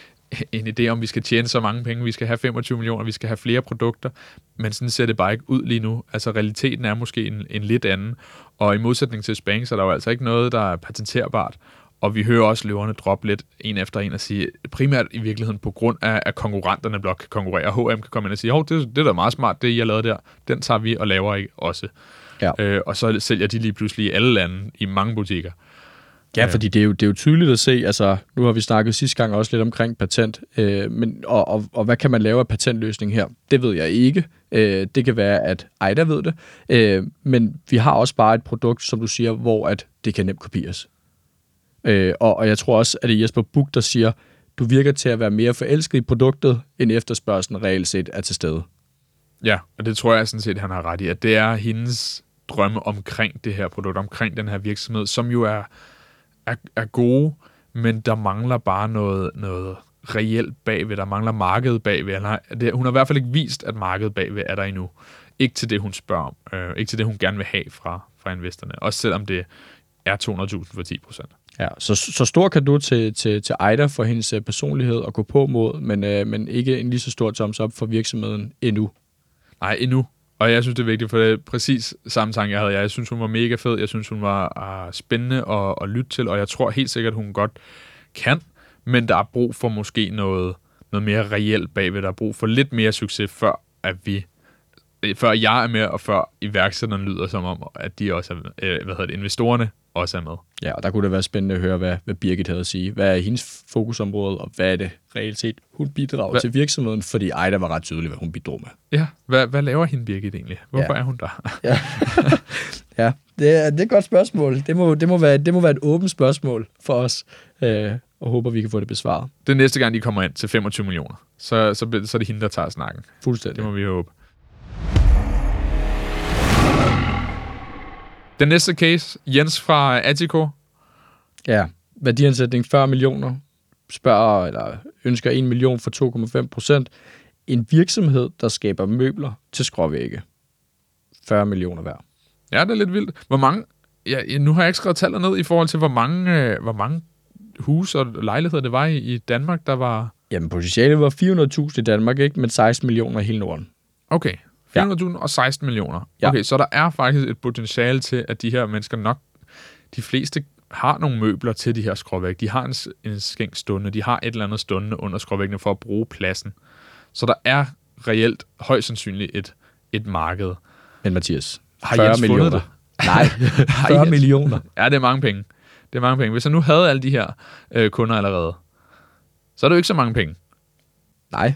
Speaker 2: en idé om, vi skal tjene så mange penge, vi skal have femogtyve millioner, vi skal have flere produkter, men sådan ser det bare ikke ud lige nu. Altså realiteten er måske en, en lidt anden, og i modsætning til Spanx, så er der jo altså ikke noget, der er patenterbart. Og vi hører også løverne droppe lidt en efter en og sige, primært i virkeligheden på grund af, at konkurrenterne blot kan konkurrere. H og M kan komme ind og sige, hov, det, det er da meget smart, det I har lavet der, den tager vi og laver ikke også.
Speaker 3: Ja.
Speaker 2: Øh, og så sælger de lige pludselig i alle lande i mange butikker.
Speaker 3: Ja, fordi det er, jo, det er jo tydeligt at se, altså nu har vi snakket sidste gang også lidt omkring patent, øh, men, og, og, og hvad kan man lave af patentløsning her? Det ved jeg ikke. Øh, det kan være, at Ejda ved det, øh, men vi har også bare et produkt, som du siger, hvor at det kan nemt kopieres. Øh, og, og jeg tror også, at det er Jesper Buch, der siger, du virker til at være mere forelsket i produktet, end efterspørgslen reelt set er til stede.
Speaker 2: Ja, og det tror jeg sådan set, han har ret i, at det er hendes drømme omkring det her produkt, omkring den her virksomhed, som jo er, er, er gode, men der mangler bare noget, noget reelt bagved, der mangler markedet bagved. Han har, det, hun har i hvert fald ikke vist, at markedet bagved er der endnu. Ikke til det, hun spørger om. Øh, ikke til det, hun gerne vil have fra, fra investorerne. Også selvom det er to hundrede tusind for ti procent.
Speaker 3: Ja, så, så stor kan du til, til, til Ejda for hendes personlighed at gå på mod, men, øh, men ikke en lige så stor thumbs up for virksomheden endnu.
Speaker 2: Nej, endnu. Og jeg synes, det er vigtigt, for det er præcis samme tanke, jeg havde. Jeg synes, hun var mega fed. Jeg synes, hun var uh, spændende at, at lytte til, og jeg tror helt sikkert, hun godt kan, men der er brug for måske noget, noget mere reelt bagved. Der er brug for lidt mere succes, før at vi før jeg er med, og før iværksætterne lyder som om, at de også er, øh, hvad hedder det, investorerne også er med.
Speaker 3: Ja, og der kunne det være spændende at høre, hvad, hvad Birgit havde at sige. Hvad er hendes fokusområde, og hvad er det reelt set, hun bidrager
Speaker 2: hvad?
Speaker 3: til virksomheden? Fordi Ejda var ret tydelig, hvad hun bidrog med.
Speaker 2: Ja, hvad, hvad laver hende Birgit egentlig? Hvorfor
Speaker 3: Ja.
Speaker 2: er hun der?
Speaker 3: Ja, ja det, er, det er et godt spørgsmål. Det må, det må, være, det må være et åbent spørgsmål for os, øh, og håber, vi kan få det besvaret.
Speaker 2: Det er næste gang, de kommer ind til femogtyve millioner. Så, så, så er det hende, der tager snakken.
Speaker 3: Fuldstændig.
Speaker 2: Det må vi håbe. Den næste case, Jens fra Attico.
Speaker 3: Ja, værdiansætning fyrre millioner, spørger eller ønsker en million for to komma fem procent. En virksomhed, der skaber møbler til skråvægge. fyrre millioner hver.
Speaker 2: Ja, det er lidt vildt. Hvor mange... Ja, nu har jeg ikke skrevet tallet ned i forhold til, hvor mange, øh, hvor mange huse og lejligheder det var i, i Danmark, der var...
Speaker 3: Jamen, potentialet var fire hundrede tusind i Danmark, ikke? Men seksten millioner i hele Norden.
Speaker 2: Okay, fire hundrede tusind ja. og seksten millioner.
Speaker 3: Ja.
Speaker 2: Okay, så der er faktisk et potentiale til, at de her mennesker nok... De fleste har nogle møbler til de her skråvægge. De har en, en skænk stående. De har et eller andet stående under skråvæggene for at bruge pladsen. Så der er reelt højst sandsynligt et, et marked.
Speaker 3: Men Mathias,
Speaker 2: Har
Speaker 3: fyrre
Speaker 2: Jens fundet
Speaker 3: millioner.
Speaker 2: det?
Speaker 3: Nej, fyrre
Speaker 2: Jens?
Speaker 3: millioner.
Speaker 2: Ja, det er mange penge. Det er mange penge. Hvis jeg nu havde alle de her øh, kunder allerede, så er det jo ikke så mange penge.
Speaker 3: Nej.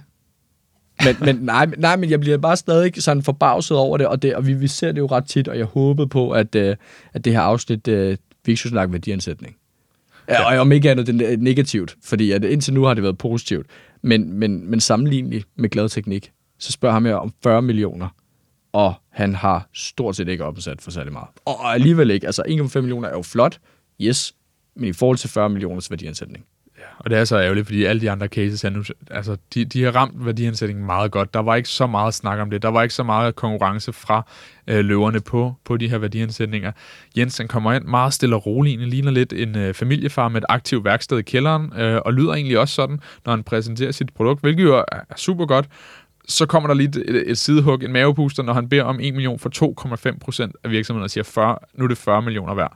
Speaker 3: Men, men, nej, nej, men jeg bliver bare stadig sådan forbavset over det, og, det, og vi, vi ser det jo ret tit, og jeg håbede på, at, øh, at det her afsnit, øh, vi ikke skulle snakke værdiansætning. Ja. Og om ikke andet, det er negativt, fordi at indtil nu har det været positivt. Men, men, men sammenlignet med glad teknik, så spørger ham jeg om fyrre millioner, og han har stort set ikke opsat for særlig meget. Og alligevel ikke. Altså en komma fem millioner er jo flot, yes, men i forhold til fyrre millioners værdiansætning.
Speaker 2: Ja, og det er så ærgerligt, fordi alle de andre cases her nu, altså de, de har ramt værdiansætningen meget godt. Der var ikke så meget snak om det. Der var ikke så meget konkurrence fra øh, løverne på, på de her værdiansætninger. Jens, han kommer ind meget stille og roligt. Han ligner lidt en øh, familiefar med et aktivt værksted i kælderen, øh, og lyder egentlig også sådan, når han præsenterer sit produkt, hvilket jo er, er super godt. Så kommer der lige et, et sidehug, en mavepuster, når han beder om en million for to komma fem procent af virksomheden og siger, fyrre, nu er det fyrre millioner værd.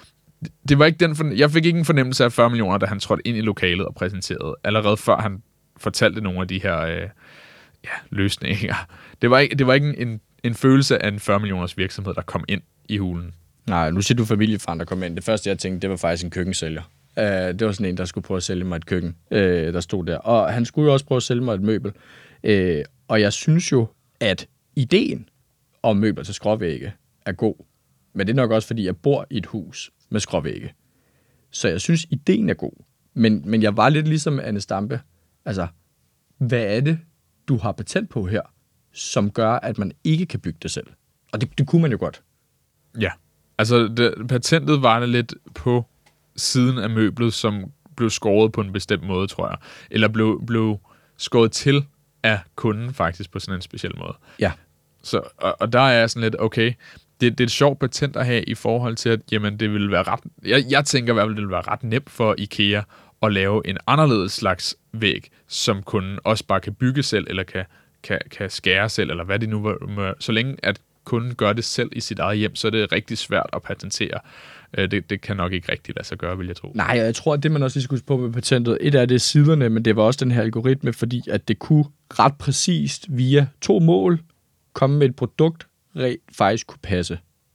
Speaker 2: Det var ikke den fornem- jeg fik ikke en fornemmelse af fyrre millioner, da han trådte ind i lokalet og præsenterede, allerede før han fortalte nogle af de her øh, ja, løsninger. Det var ikke, det var ikke en, en følelse af en fyrre millioners virksomhed, der kom ind i hulen.
Speaker 3: Nej, nu siger du familiefaren, der kom ind. Det første, jeg tænkte, det var faktisk en køkkensælger. Uh, det var sådan en, der skulle prøve at sælge mig et køkken, uh, der stod der. Og han skulle jo også prøve at sælge mig et møbel. Uh, og jeg synes jo, at ideen om møbler til skråvægge er god. Men det er nok også, fordi jeg bor i et hus med skråvægge. Så jeg synes, ideen er god. Men, men jeg var lidt ligesom Anne Stampe. Altså, hvad er det, du har patent på her, som gør, at man ikke kan bygge det selv? Og det, det kunne man jo godt.
Speaker 2: Ja, altså det, patentet var det lidt på siden af møblet, som blev skåret på en bestemt måde, tror jeg. Eller blev, blev skåret til af kunden faktisk på sådan en speciel måde.
Speaker 3: Ja.
Speaker 2: Så, og, og der er jeg sådan lidt, okay, det, det er et sjovt patent at have i forhold til, at jamen, det vil være ret... Jeg, jeg tænker i hvert fald, det vil være ret nemt for IKEA at lave en anderledes slags væg, som kunden også bare kan bygge selv, eller kan, kan, kan skære selv, eller hvad det nu må. Så længe at kunden gør det selv i sit eget hjem, så er det rigtig svært at patentere. Det, det kan nok ikke rigtig lade sig gøre, vil jeg tro.
Speaker 3: Nej, jeg tror, at det man også lige skulle på med patentet, et af det er siderne, men det var også den her algoritme, fordi at det kunne ret præcist via to mål komme med et produkt, rent faktisk kunne passe.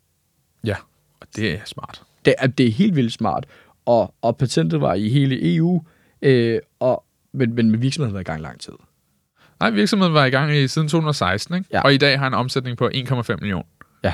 Speaker 2: Ja, og det er smart.
Speaker 3: Det er, det er helt vildt smart, og, og patentet var i hele E U, øh, og, men, men virksomheden var i gang i lang tid.
Speaker 2: Nej, virksomheden var i gang i siden to tusind og seksten, ikke?
Speaker 3: Ja.
Speaker 2: Og i dag har han en omsætning på en komma fem millioner.
Speaker 3: Ja.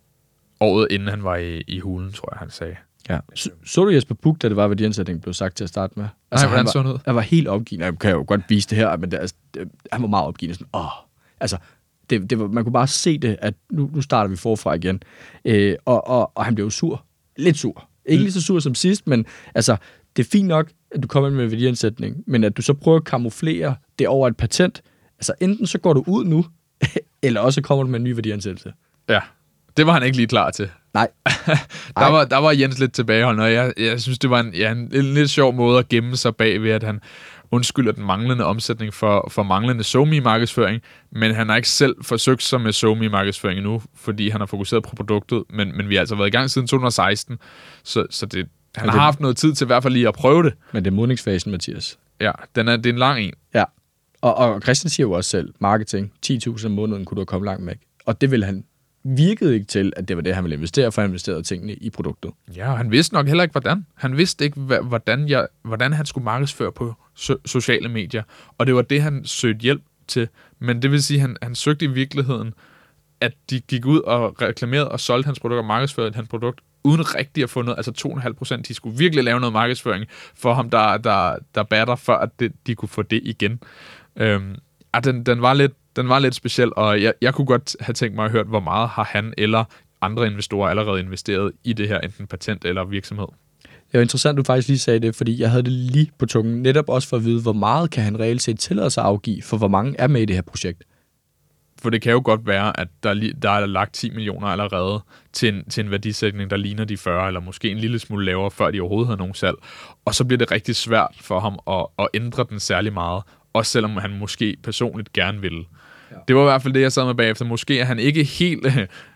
Speaker 2: Året inden han var i, i hulen, tror jeg, han sagde.
Speaker 3: Ja. Så, så du Jesper Buch, da det var, hvad de ansætning blev sagt til at starte med?
Speaker 2: Altså, Nej, hvordan så
Speaker 3: han
Speaker 2: han
Speaker 3: var,
Speaker 2: ud?
Speaker 3: Jeg var helt opgivende. Jeg kan jo godt vise det her, men det, altså, det, han var meget opgivende. Sådan, åh, altså, det, det var, man kunne bare se det, at nu, nu starter vi forfra igen. Øh, og, og, og han blev sur. Lidt sur. Ikke mm. lige så sur som sidst, men altså, det er fint nok, at du kommer ind med værdiansætning, men at du så prøver at kamuflere det over et patent. Altså, enten så går du ud nu, eller også kommer du med en ny værdiansættelse.
Speaker 2: Ja, det var han ikke lige klar til.
Speaker 3: Nej.
Speaker 2: der, var, der var Jens lidt tilbageholdende, og jeg, jeg synes, det var en, ja, en, en lidt sjov måde at gemme sig bag ved, at han undskylder den manglende omsætning for, for manglende SoMe-markedsføring, men han har ikke selv forsøgt sig med SoMe-markedsføring endnu, fordi han har fokuseret på produktet, men, men vi har altså været i gang siden to tusind og seksten, så, så det, han
Speaker 3: det,
Speaker 2: har haft noget tid til i hvert fald lige at prøve det.
Speaker 3: Men det er modningsfasen, Mathias.
Speaker 2: Ja, den er, det er en lang en.
Speaker 3: Ja, og, og Christian siger jo også selv, marketing, ti tusind om måneden kunne du komme langt med. Og det vil han virkede ikke til, at det var det, han ville investere, for han investerede tingene i produktet.
Speaker 2: Ja, og han vidste nok heller ikke, hvordan. Han vidste ikke, hvordan, jeg, hvordan han skulle markedsføre på so- sociale medier. Og det var det, han søgte hjælp til. Men det vil sige, at han, han søgte i virkeligheden, at de gik ud og reklamerede og solgte hans produkt og markedsførte hans produkt, uden rigtig at få noget, altså to komma fem procent. De skulle virkelig lave noget markedsføring for ham, der, der, der batter, for at det, de kunne få det igen. Øhm, ah, den, den, var lidt, den var lidt speciel, og jeg, jeg kunne godt have tænkt mig at høre, hvor meget har han eller andre investorer allerede investeret i det her, enten patent eller virksomhed.
Speaker 3: Det er jo interessant, at du faktisk lige sagde det, fordi jeg havde det lige på tungen, netop også for at vide, hvor meget kan han reelt set tillade sig at afgive, for hvor mange er med i det her projekt.
Speaker 2: For det kan jo godt være, at der, der er lagt ti millioner allerede til en, til en værdisætning, der ligner de fyrre, eller måske en lille smule lavere, før de overhovedet har nogen salg. Og så bliver det rigtig svært for ham at, at ændre den særlig meget, også selvom han måske personligt gerne ville. Ja. Det var i hvert fald det, jeg sad med bagefter. Måske er han ikke helt,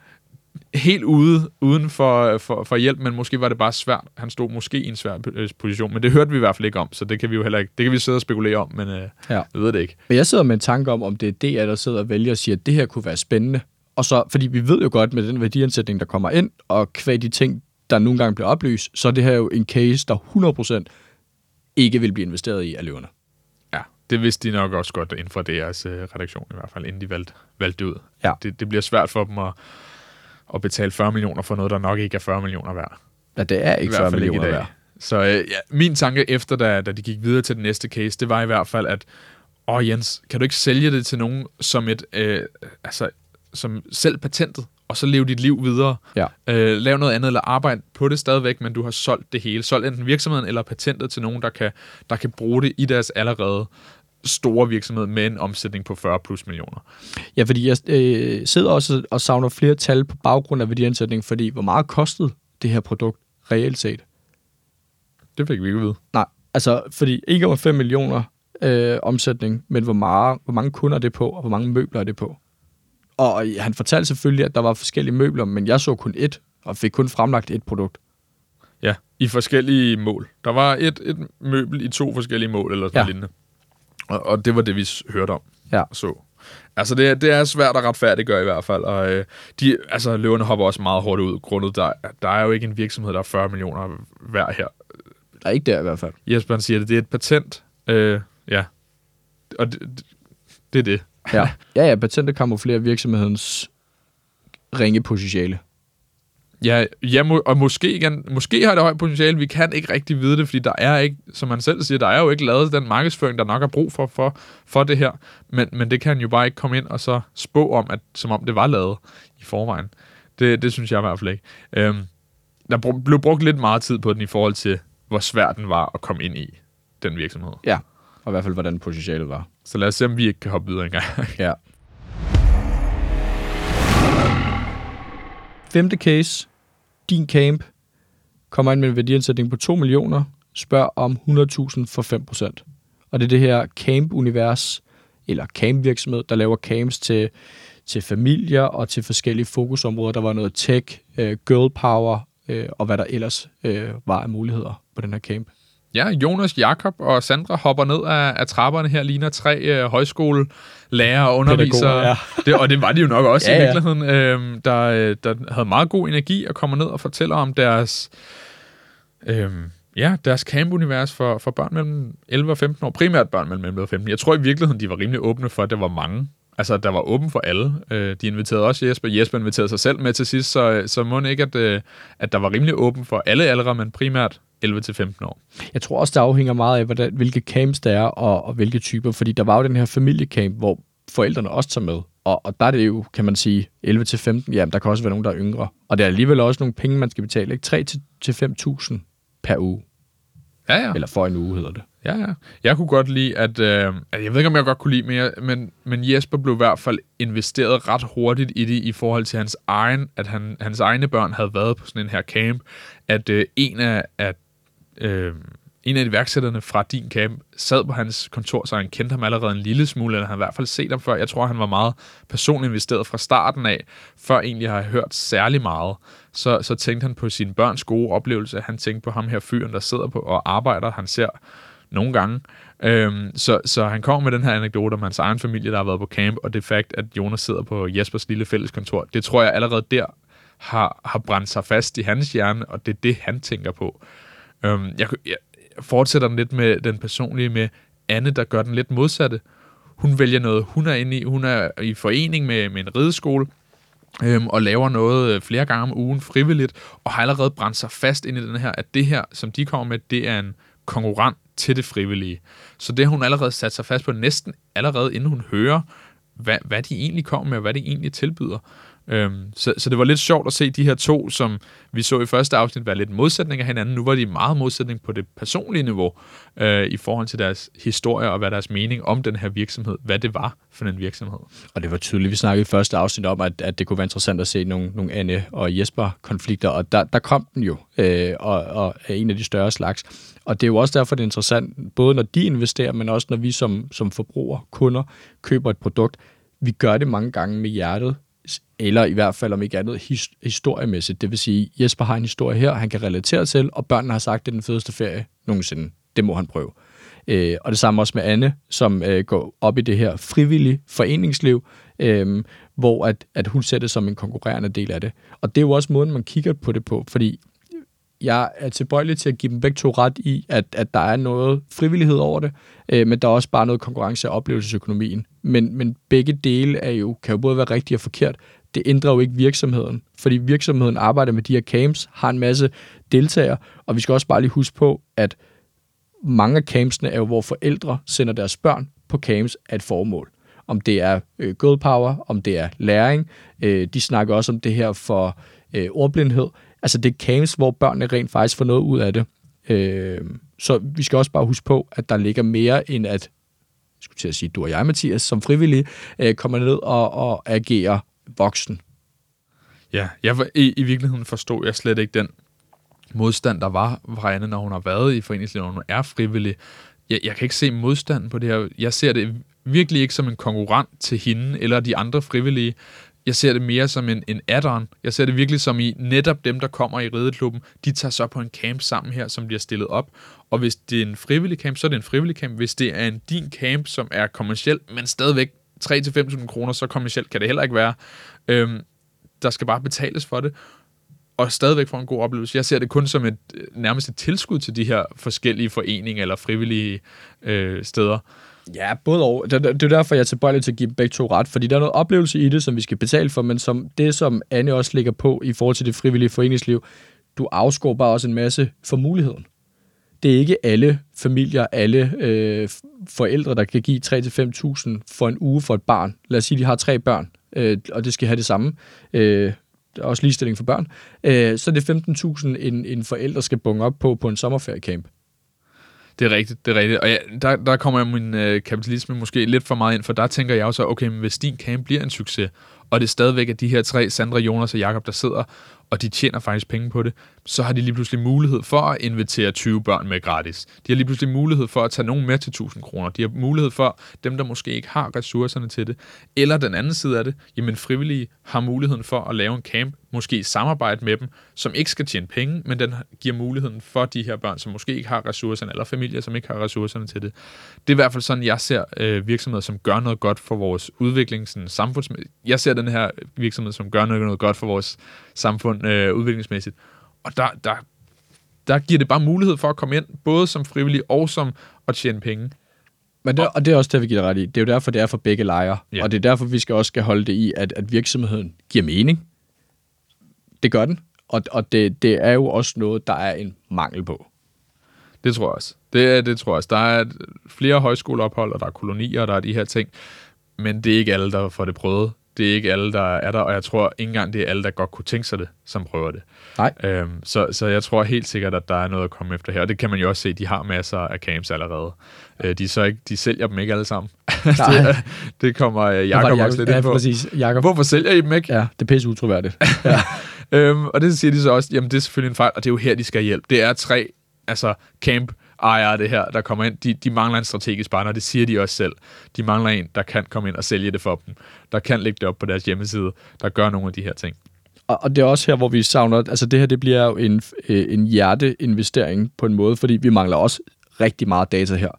Speaker 2: helt ude uden for, for, for hjælp, men måske var det bare svært. Han stod måske i en svær position, men det hørte vi i hvert fald ikke om, så det kan vi jo heller ikke. Det kan vi sidde og spekulere om, men øh, ja. Jeg ved det ikke.
Speaker 3: Men jeg sidder med en tanke om, om det er D R, der sidder og vælger og siger, at det her kunne være spændende. Og så, fordi vi ved jo godt med den værdiansætning, der kommer ind, og kvad de ting, der nogle gange bliver oplyst, så er det her jo en case, der hundrede procent ikke vil blive investeret i af løverne.
Speaker 2: Ja, det vidste de nok også godt inden for deres øh, redaktion i hvert fald, inden de valgte, valgte det ud.
Speaker 3: Ja.
Speaker 2: Det, det bliver svært for dem at og betale fyrre millioner for noget, der nok ikke er fyrre millioner værd.
Speaker 3: Ja, det er ikke fyrre millioner værd.
Speaker 2: Så øh, ja, min tanke efter, da, da de gik videre til den næste case, det var i hvert fald, at åh Jens, kan du ikke sælge det til nogen som et, øh, altså, som selv patentet, og så leve dit liv videre.
Speaker 3: Ja.
Speaker 2: Øh, lav noget andet, eller arbejde på det stadigvæk, men du har solgt det hele. Solgt enten virksomheden eller patentet til nogen, der kan, der kan bruge det i deres allerede store virksomhed med en omsætning på fyrre plus millioner.
Speaker 3: Ja, fordi jeg øh, sidder også og savner flere tal på baggrund af værdiansætning, fordi hvor meget kostede det her produkt reelt set?
Speaker 2: Det fik vi ikke at vide.
Speaker 3: Nej, altså fordi en komma fem millioner øh, omsætning, men hvor, meget, hvor mange kunder er det på, og hvor mange møbler er det på? Og han fortalte selvfølgelig, at der var forskellige møbler, men jeg så kun ét, og fik kun fremlagt et produkt.
Speaker 2: Ja, i forskellige mål. Der var et, et møbel i to forskellige mål, eller sådan ja. Lignende. Og, og det var det, vi hørte om.
Speaker 3: Ja.
Speaker 2: Så. Altså, det, det er svært at retfærdiggøre i hvert fald. Og øh, de, altså, løverne hopper også meget hårdt ud, grundet der, der er jo ikke en virksomhed, der er fyrre millioner værd her.
Speaker 3: Der er ikke der i hvert fald.
Speaker 2: Jesper han siger det, det er et patent. Øh, ja. Og det, det, det er det.
Speaker 3: Ja, ja, ja patentet kamuflerer virksomhedens ringe potentiale.
Speaker 2: Ja, ja må, og måske, igen, måske har det højt potentiale. Vi kan ikke rigtig vide det, fordi der er ikke, som man selv siger, der er jo ikke lavet den markedsføring, der nok er brug for, for, for det her. Men, men det kan jo bare ikke komme ind og så spå om, at, som om det var lavet i forvejen. Det, det synes jeg i hvert fald ikke. Øhm, der blev brugt lidt meget tid på den i forhold til, hvor svært den var at komme ind i, den virksomhed.
Speaker 3: Ja, og i hvert fald, hvordan potentialet var.
Speaker 2: Så lad os se, om vi ikke kan hoppe videre engang.
Speaker 3: Ja. Femte case. Din Camp kommer ind med en værdiansætning på to millioner, spørger om hundrede tusind for fem procent. Og det er det her Camp-univers, eller Camp-virksomhed, der laver camps til, til familier og til forskellige fokusområder. Der var noget tech, øh, girl power øh, og hvad der ellers øh, var af muligheder på den her camp.
Speaker 2: Ja, Jonas, Jakob og Sandra hopper ned af, af trapperne her, ligner tre øh, højskolelærer og undervisere. Ja. Det, og det var de jo nok også ja, i virkeligheden, øh, der, der havde meget god energi og kommer ned og fortæller om deres, øh, ja, deres camp-univers for, for børn mellem elleve og femten år. Primært børn mellem elleve og femten. Jeg tror i virkeligheden, de var rimelig åbne for, at der var mange. Altså, der var åben for alle. Øh, de inviterede også Jesper. Jesper inviterede sig selv med til sidst, så, så må det ikke, at, øh, at der var rimelig åben for alle aldre, men primært elleve til femten år. Jeg
Speaker 3: tror også, det afhænger meget af, hvordan, hvilke camps der er, og, og hvilke typer, fordi der var jo den her familiecamp, hvor forældrene også tager med, og, og der er det jo, kan man sige, elleve til femten, jamen der kan også være nogen, der er yngre, og der er alligevel også nogle penge, man skal betale, ikke? tre til fem tusind per uge.
Speaker 2: Ja, ja.
Speaker 3: Eller for en uge, hedder det.
Speaker 2: Ja, ja. Jeg kunne godt lide, at... Øh, jeg ved ikke, om jeg godt kunne lide mere, men, men Jesper blev i hvert fald investeret ret hurtigt i det, i forhold til hans egen, at han, hans egne børn havde været på sådan en her camp, at øh, en af, at, øh, en af de værksætterne fra din camp sad på hans kontor, så han kendte ham allerede en lille smule, eller han havde i hvert fald set ham før. Jeg tror, han var meget personligt investeret fra starten af, før egentlig har hørt særlig meget. Så, så tænkte han på sine børns gode oplevelse. Han tænkte på ham her fyren, der sidder på og arbejder. Han ser nogle gange Øhm, så, så han kommer med den her anekdote om hans egen familie, der har været på camp, og det fakt, at Jonas sidder på Jespers lille fælleskontor, det tror jeg allerede der har, har brændt sig fast i hans hjerne, og det er det, han tænker på. Øhm, jeg, jeg fortsætter den lidt med den personlige med Anne, der gør den lidt modsatte. Hun vælger noget, hun er inde i, hun er i forening med, med en rideskole, øhm, og laver noget flere gange om ugen frivilligt, og har allerede brændt sig fast ind i den her, at det her, som de kommer med, det er en konkurrent til det frivillige. Så det har hun allerede sat sig fast på, næsten allerede inden hun hører, hvad, hvad de egentlig kommer med, og hvad de egentlig tilbyder. Øhm, så, så det var lidt sjovt at se de her to, som vi så i første afsnit, være lidt modsætning af hinanden. Nu var de meget modsætning på det personlige niveau, øh, i forhold til deres historie og hvad deres mening om den her virksomhed, hvad det var for en virksomhed.
Speaker 3: Og det var tydeligt, vi snakkede i første afsnit om, at, at det kunne være interessant at se nogle, nogle Anne og Jesper-konflikter, og der, der kom den jo, øh, og, og er en af de større slags. Og det er jo også derfor, det er interessant, både når de investerer, men også når vi som, som forbrugere, kunder, køber et produkt. Vi gør det mange gange med hjertet, eller i hvert fald om ikke andet his- historiemæssigt. Det vil sige, Jesper har en historie her, han kan relatere til, og børnene har sagt, det er den fedeste ferie nogensinde. Det må han prøve. Øh, og det samme også med Anne, som øh, går op i det her frivillige foreningsliv, øh, hvor at, at hun ser det som en konkurrerende del af det. Og det er jo også måden, man kigger på det på, fordi jeg er tilbøjelig til at give dem begge to ret i, at, at der er noget frivillighed over det, øh, men der er også bare noget konkurrence- og oplevelsesøkonomien. Men, men begge dele er jo, kan jo både være rigtigt og forkert. Det ændrer jo ikke virksomheden, fordi virksomheden arbejder med de her camps, har en masse deltagere, og vi skal også bare lige huske på, at mange af campsene er jo, hvor forældre sender deres børn på camps af et formål. Om det er øh, girl power, om det er læring. Øh, de snakker også om det her for øh, ordblindhed. Altså det er camps, hvor børnene rent faktisk får noget ud af det. Øh, så vi skal også bare huske på, at der ligger mere end at, jeg skulle til at sige, du og jeg, Mathias, som frivillige, øh, kommer ned og, og agerer voksen.
Speaker 2: Ja, jeg var, i, i virkeligheden forstod jeg slet ikke den modstand, der var fra Anne, når hun har været i foreningslivet, når hun er frivillig. Jeg, jeg kan ikke se modstanden på det her. Jeg ser det virkelig ikke som en konkurrent til hende eller de andre frivillige. Jeg ser det mere som en, en add-on. Jeg ser det virkelig som i netop dem, der kommer i rideklubben. De tager så på en camp sammen her, som bliver stillet op. Og hvis det er en frivillig camp, så er det en frivillig camp. Hvis det er en din camp, som er kommerciel, men stadigvæk tre til fem tusind kroner, så kommercielt kan det heller ikke være. Øhm, der skal bare betales for det. Og stadigvæk få en god oplevelse. Jeg ser det kun som et nærmest et tilskud til de her forskellige foreninger eller frivillige øh, steder.
Speaker 3: Ja, både og. Det, det er derfor, jeg er tilbøjelig til at give dem begge to ret, fordi der er noget oplevelse i det, som vi skal betale for, men som det, som Anne også ligger på i forhold til det frivillige foreningsliv, du afskår bare også en masse for muligheden. Det er ikke alle familier, alle øh, forældre, der kan give tre til fem tusind for en uge for et barn. Lad os sige, de har tre børn, øh, og det skal have det samme. Øh, der er også ligestilling for børn. Øh, så er det femten tusind, en, en forælder skal bunge op på på en sommerferiecamp.
Speaker 2: Det er rigtigt, det er rigtigt. Og ja, der, der kommer min øh, kapitalisme måske lidt for meget ind, for der tænker jeg jo så, okay, men hvis din camp bliver en succes, og det er stadigvæk at de her tre, Sandra, Jonas og Jakob, der sidder, og de tjener faktisk penge på det, så har de lige pludselig mulighed for at invitere tyve børn med gratis. De har lige pludselig mulighed for at tage nogen med til tusind kroner. De har mulighed for dem, der måske ikke har ressourcerne til det. Eller den anden side af det, jamen frivillige har muligheden for at lave en camp, måske i samarbejde med dem, som ikke skal tjene penge, men den giver muligheden for de her børn, som måske ikke har ressourcerne, eller familier, som ikke har ressourcerne til det. Det er i hvert fald sådan, jeg ser øh, virksomheder, som gør noget godt for vores udvikling, sådan samfundsmæssigt. Jeg ser den her virksomhed, som gør noget, noget godt for vores samfund øh, udviklingsmæssigt. Og der, der, der giver det bare mulighed for at komme ind, både som frivillig og som at tjene penge.
Speaker 3: Men det, og det er også det, vi giver ret i. Det er jo derfor, det er for begge lejre. Ja. Og det er derfor, vi skal også skal holde det i, at, at virksomheden giver mening. Det gør den. Og, og det, det er jo også noget, der er en mangel på.
Speaker 2: Det tror jeg også. Det, det tror jeg også. Der er flere højskoleophold, og der er kolonier, og der er de her ting. Men det er ikke alle, der får det prøvet. Det er ikke alle, der er der, og jeg tror ikke engang, det er alle, der godt kunne tænke sig det, som prøver det.
Speaker 3: Nej.
Speaker 2: Øhm, så, så jeg tror helt sikkert, at der er noget at komme efter her. Og det kan man jo også se, de har masser af camps allerede. Øh, de, så ikke, de sælger dem ikke alle sammen. det, det kommer uh, Jakob også lidt
Speaker 3: ja,
Speaker 2: ind på.
Speaker 3: Præcis. Jacob.
Speaker 2: Hvorfor sælger I dem ikke?
Speaker 3: Ja, det er pisse utroværdigt. Ja.
Speaker 2: øhm, og det siger de så også, jamen det er selvfølgelig en fejl, og det er jo her, de skal hjælpe. Det er tre altså camp ejere det her, der kommer ind, de, de mangler en strategisk partner, det siger de også selv. De mangler en, der kan komme ind og sælge det for dem, der kan lægge det op på deres hjemmeside, der gør nogle af de her ting.
Speaker 3: Og, og det er også her, hvor vi savner, altså det her, det bliver jo en, en hjerteinvestering på en måde, fordi vi mangler også rigtig meget data her.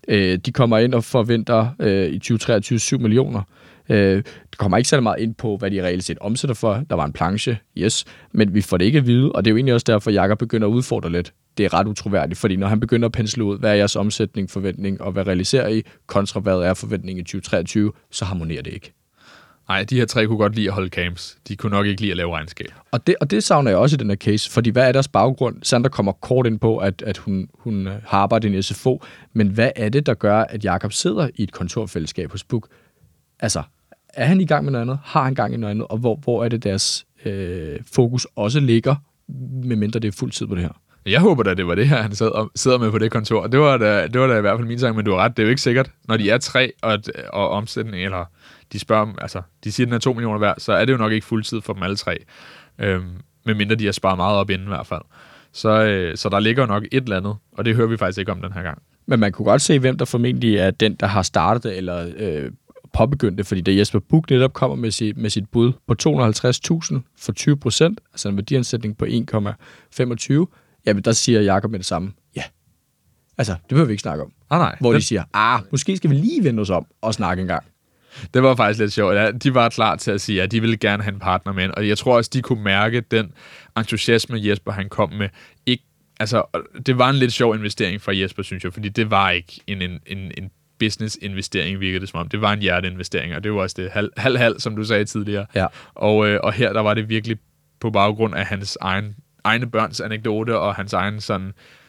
Speaker 3: Øh, de kommer ind og forventer øh, i tyve treogtyve syv millioner. Øh, det kommer ikke særlig meget ind på, hvad de reelt set omsætter for. Der var en planche, yes, men vi får det ikke at vide, og det er jo egentlig også derfor, Jakob begynder at udfordre lidt. Det er ret utroværdigt, fordi når han begynder at pensle ud, hvad er jeres omsætning, forventning, og hvad realiserer I, kontra hvad er forventningen i tyve treogtyve, så harmonerer det ikke.
Speaker 2: Nej, de her tre kunne godt lide at holde camps. De kunne nok ikke lide at lave regnskab.
Speaker 3: Og det, og det savner jeg også i den her case, fordi hvad er deres baggrund? Sandra kommer kort ind på, at, at hun, hun har arbejdet i en S F O, men hvad er det, der gør, at Jakob sidder i et kontorfællesskab hos Book? Altså, er han i gang med noget andet? Har han gang i noget andet? Og hvor, hvor er det, deres øh, fokus også ligger, medmindre det er fuld tid på det her?
Speaker 2: Jeg håber da, det var det her, han sad, sidder med på det kontor. Det var da, det var da i hvert fald min sang, men du har ret. Det er jo ikke sikkert, når de er tre og, og omsætning, eller de spørger, altså, de siger, at den er to millioner værd, så er det jo nok ikke fuldtid for dem alle tre. Øhm, medmindre de har sparet meget op inden i hvert fald. Så, øh, så der ligger jo nok et eller andet, og det hører vi faktisk ikke om den her gang.
Speaker 3: Men man kunne godt se, hvem der formentlig er den, der har startet det, eller øh, påbegyndt det, fordi da Jesper Buch netop kommer med sit, med sit bud på to hundrede og halvtreds tusind for tyve procent, altså en værdiansætning på en komma femogtyve, jamen der siger Jakob med det samme, ja. Altså, det behøver vi ikke snakke om.
Speaker 2: Ah, nej.
Speaker 3: Hvor
Speaker 2: det...
Speaker 3: de siger, ah, måske skal vi lige vende os om og snakke en gang.
Speaker 2: Det var faktisk lidt sjovt. Ja, de var klar til at sige, at de ville gerne have en partner med, og jeg tror også, de kunne mærke den entusiasme, Jesper han kom med. Ikke, altså, det var en lidt sjov investering fra Jesper, synes jeg, fordi det var ikke en, en, en, en business-investering, virkede det som om. Det var en hjerteinvestering, og det var også det halv-halv, som du sagde tidligere.
Speaker 3: Ja.
Speaker 2: Og, øh, og her, der var det virkelig på baggrund af hans egen, egne børns anekdote, og hans egen sådan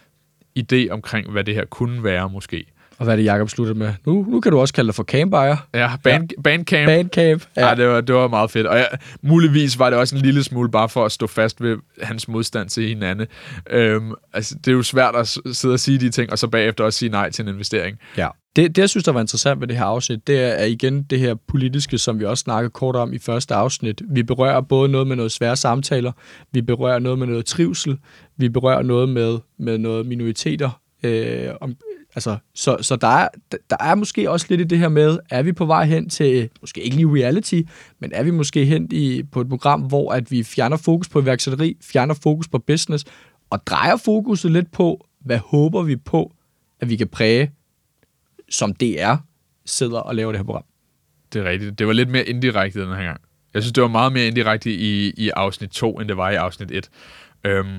Speaker 2: idé omkring, hvad det her kunne være, måske.
Speaker 3: Og hvad er det, Jakob sluttede med? Nu, nu kan du også kalde det for camp-ejer.
Speaker 2: Ja, band, ja. Bandcamp.
Speaker 3: Bandcamp.
Speaker 2: Ja, ja det, var, det var meget fedt. Og ja, muligvis var det også en lille smule bare for at stå fast ved hans modstand til hinanden. Øhm, altså, det er jo svært at sidde og sige de ting, og så bagefter også sige nej til en investering.
Speaker 3: Ja. Det, det, jeg synes, der var interessant ved det her afsnit, det er igen det her politiske, som vi også snakkede kort om i første afsnit. Vi berører både noget med noget svære samtaler, vi berører noget med noget trivsel, vi berører noget med, med noget minoriteter, øh, om, Altså, så, så der, er, der er måske også lidt i det her med, er vi på vej hen til, måske ikke lige reality, men er vi måske hen i, på et program, hvor at vi fjerner fokus på iværksætteri, fjerner fokus på business, og drejer fokuset lidt på, hvad håber vi på, at vi kan præge, som D R sidder og laver det her program. Det
Speaker 2: er rigtigt. Det var lidt mere indirekte den her gang. Jeg synes, det var meget mere indirekte i, i afsnit to, end det var i afsnit et. Øhm,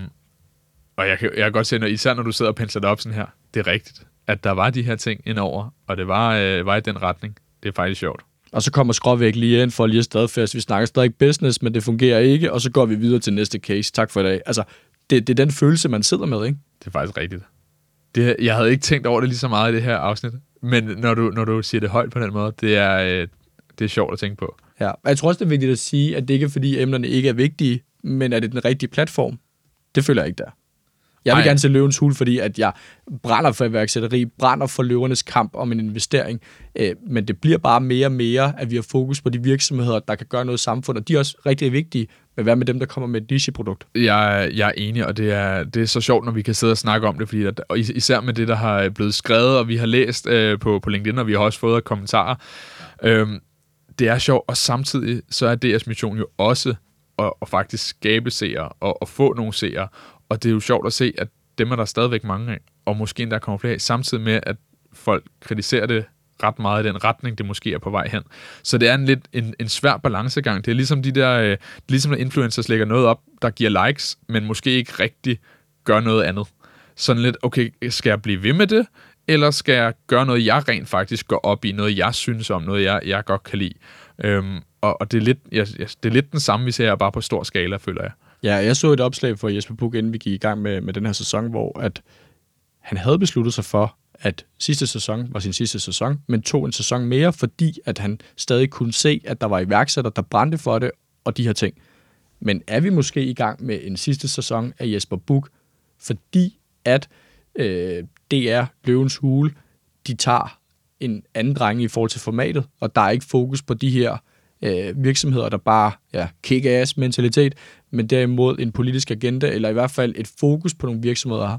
Speaker 2: og jeg kan, jeg kan godt se, når, især når du sidder og pensler det op sådan her, det er rigtigt, at der var de her ting indover, og det var, øh, var i den retning. Det er faktisk sjovt. Og så kommer Skråvæk lige ind for lige at stadfæste. Vi snakker stadig business, men det fungerer ikke, og så går vi videre til næste case. Tak for i dag. Altså, det, det er den følelse, man sidder med, ikke? Det er faktisk rigtigt. Det, jeg havde ikke tænkt over det lige så meget i det her afsnit, men når du, når du siger det højt på den måde, det er, øh, det er sjovt at tænke på. Ja, og jeg tror også, det er vigtigt at sige, at det ikke er, fordi emnerne ikke er vigtige, men at det er den rigtige platform. Det føler jeg ikke der. Jeg vil Ej. gerne se Løvens Hule, fordi at jeg brænder for iværksætteri, brænder for løvernes kamp om en investering, øh, men det bliver bare mere og mere, at vi har fokus på de virksomheder, der kan gøre noget i samfundet, og de er også rigtig vigtige, men hvad med dem, der kommer med et niche-produkt? Jeg, jeg er enig, og det er, det er så sjovt, når vi kan sidde og snakke om det, fordi at, og især med det, der har blevet skrevet, og vi har læst øh, på, på LinkedIn, og vi har også fået kommentarer. Øh, det er sjovt, og samtidig så er D R's mission jo også at, at faktisk skabe seere, og at få nogle seere. Og det er jo sjovt at se, at dem er der stadigvæk mange af, og måske endda kommer flere af, samtidig med, at folk kritiserer det ret meget i den retning, det måske er på vej hen. Så det er en lidt en, en svær balancegang. Det er ligesom de der, øh, ligesom når influencers lægger noget op, der giver likes, men måske ikke rigtig gør noget andet. Sådan lidt, okay, skal jeg blive ved med det, eller skal jeg gøre noget, jeg rent faktisk går op i, noget jeg synes om, noget jeg, jeg godt kan lide. Øhm, og og det, er lidt, ja, det er lidt den samme, vi ser bare på stor skala, føler jeg. Ja, jeg så et opslag for Jesper Buch, inden vi gik i gang med, med den her sæson, hvor at han havde besluttet sig for, at sidste sæson var sin sidste sæson, men tog en sæson mere, fordi at han stadig kunne se, at der var iværksættere, der brændte for det, og de her ting. Men er vi måske i gang med en sidste sæson af Jesper Buch, fordi at øh, D R, Løvens Hule, de tager en anden drejning i forhold til formatet, og der er ikke fokus på de her øh, virksomheder, der bare ja, kick-ass-mentalitet, men derimod en politisk agenda, eller i hvert fald et fokus på nogle virksomheder,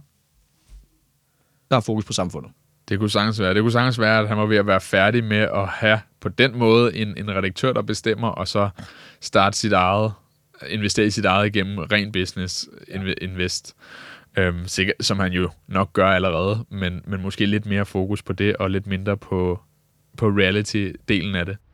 Speaker 2: der har fokus på samfundet. Det kunne sagtens være. Det kunne sagtens være, at han var ved at være færdig med at have på den måde en, en redaktør, der bestemmer, og så starte sit eget, investere i sit eget igennem ren business, ja. invest. øhm, sikkert, som han jo nok gør allerede, men, men måske lidt mere fokus på det, og lidt mindre på, på reality-delen af det.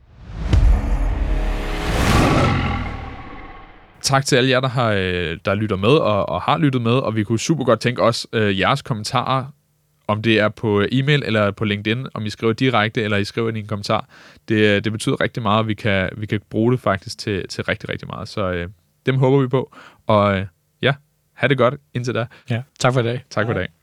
Speaker 2: Tak til alle jer, der, har, der lytter med og, og har lyttet med, og vi kunne super godt tænke os øh, jeres kommentarer, om det er på e-mail eller på LinkedIn, om I skriver direkte, eller I skriver i en kommentar. Det, det betyder rigtig meget, og vi kan, vi kan bruge det faktisk til, til rigtig, rigtig meget. Så øh, dem håber vi på, og øh, ja, ha' det godt indtil da.
Speaker 3: Ja, tak for i dag.
Speaker 2: Tak for i dag.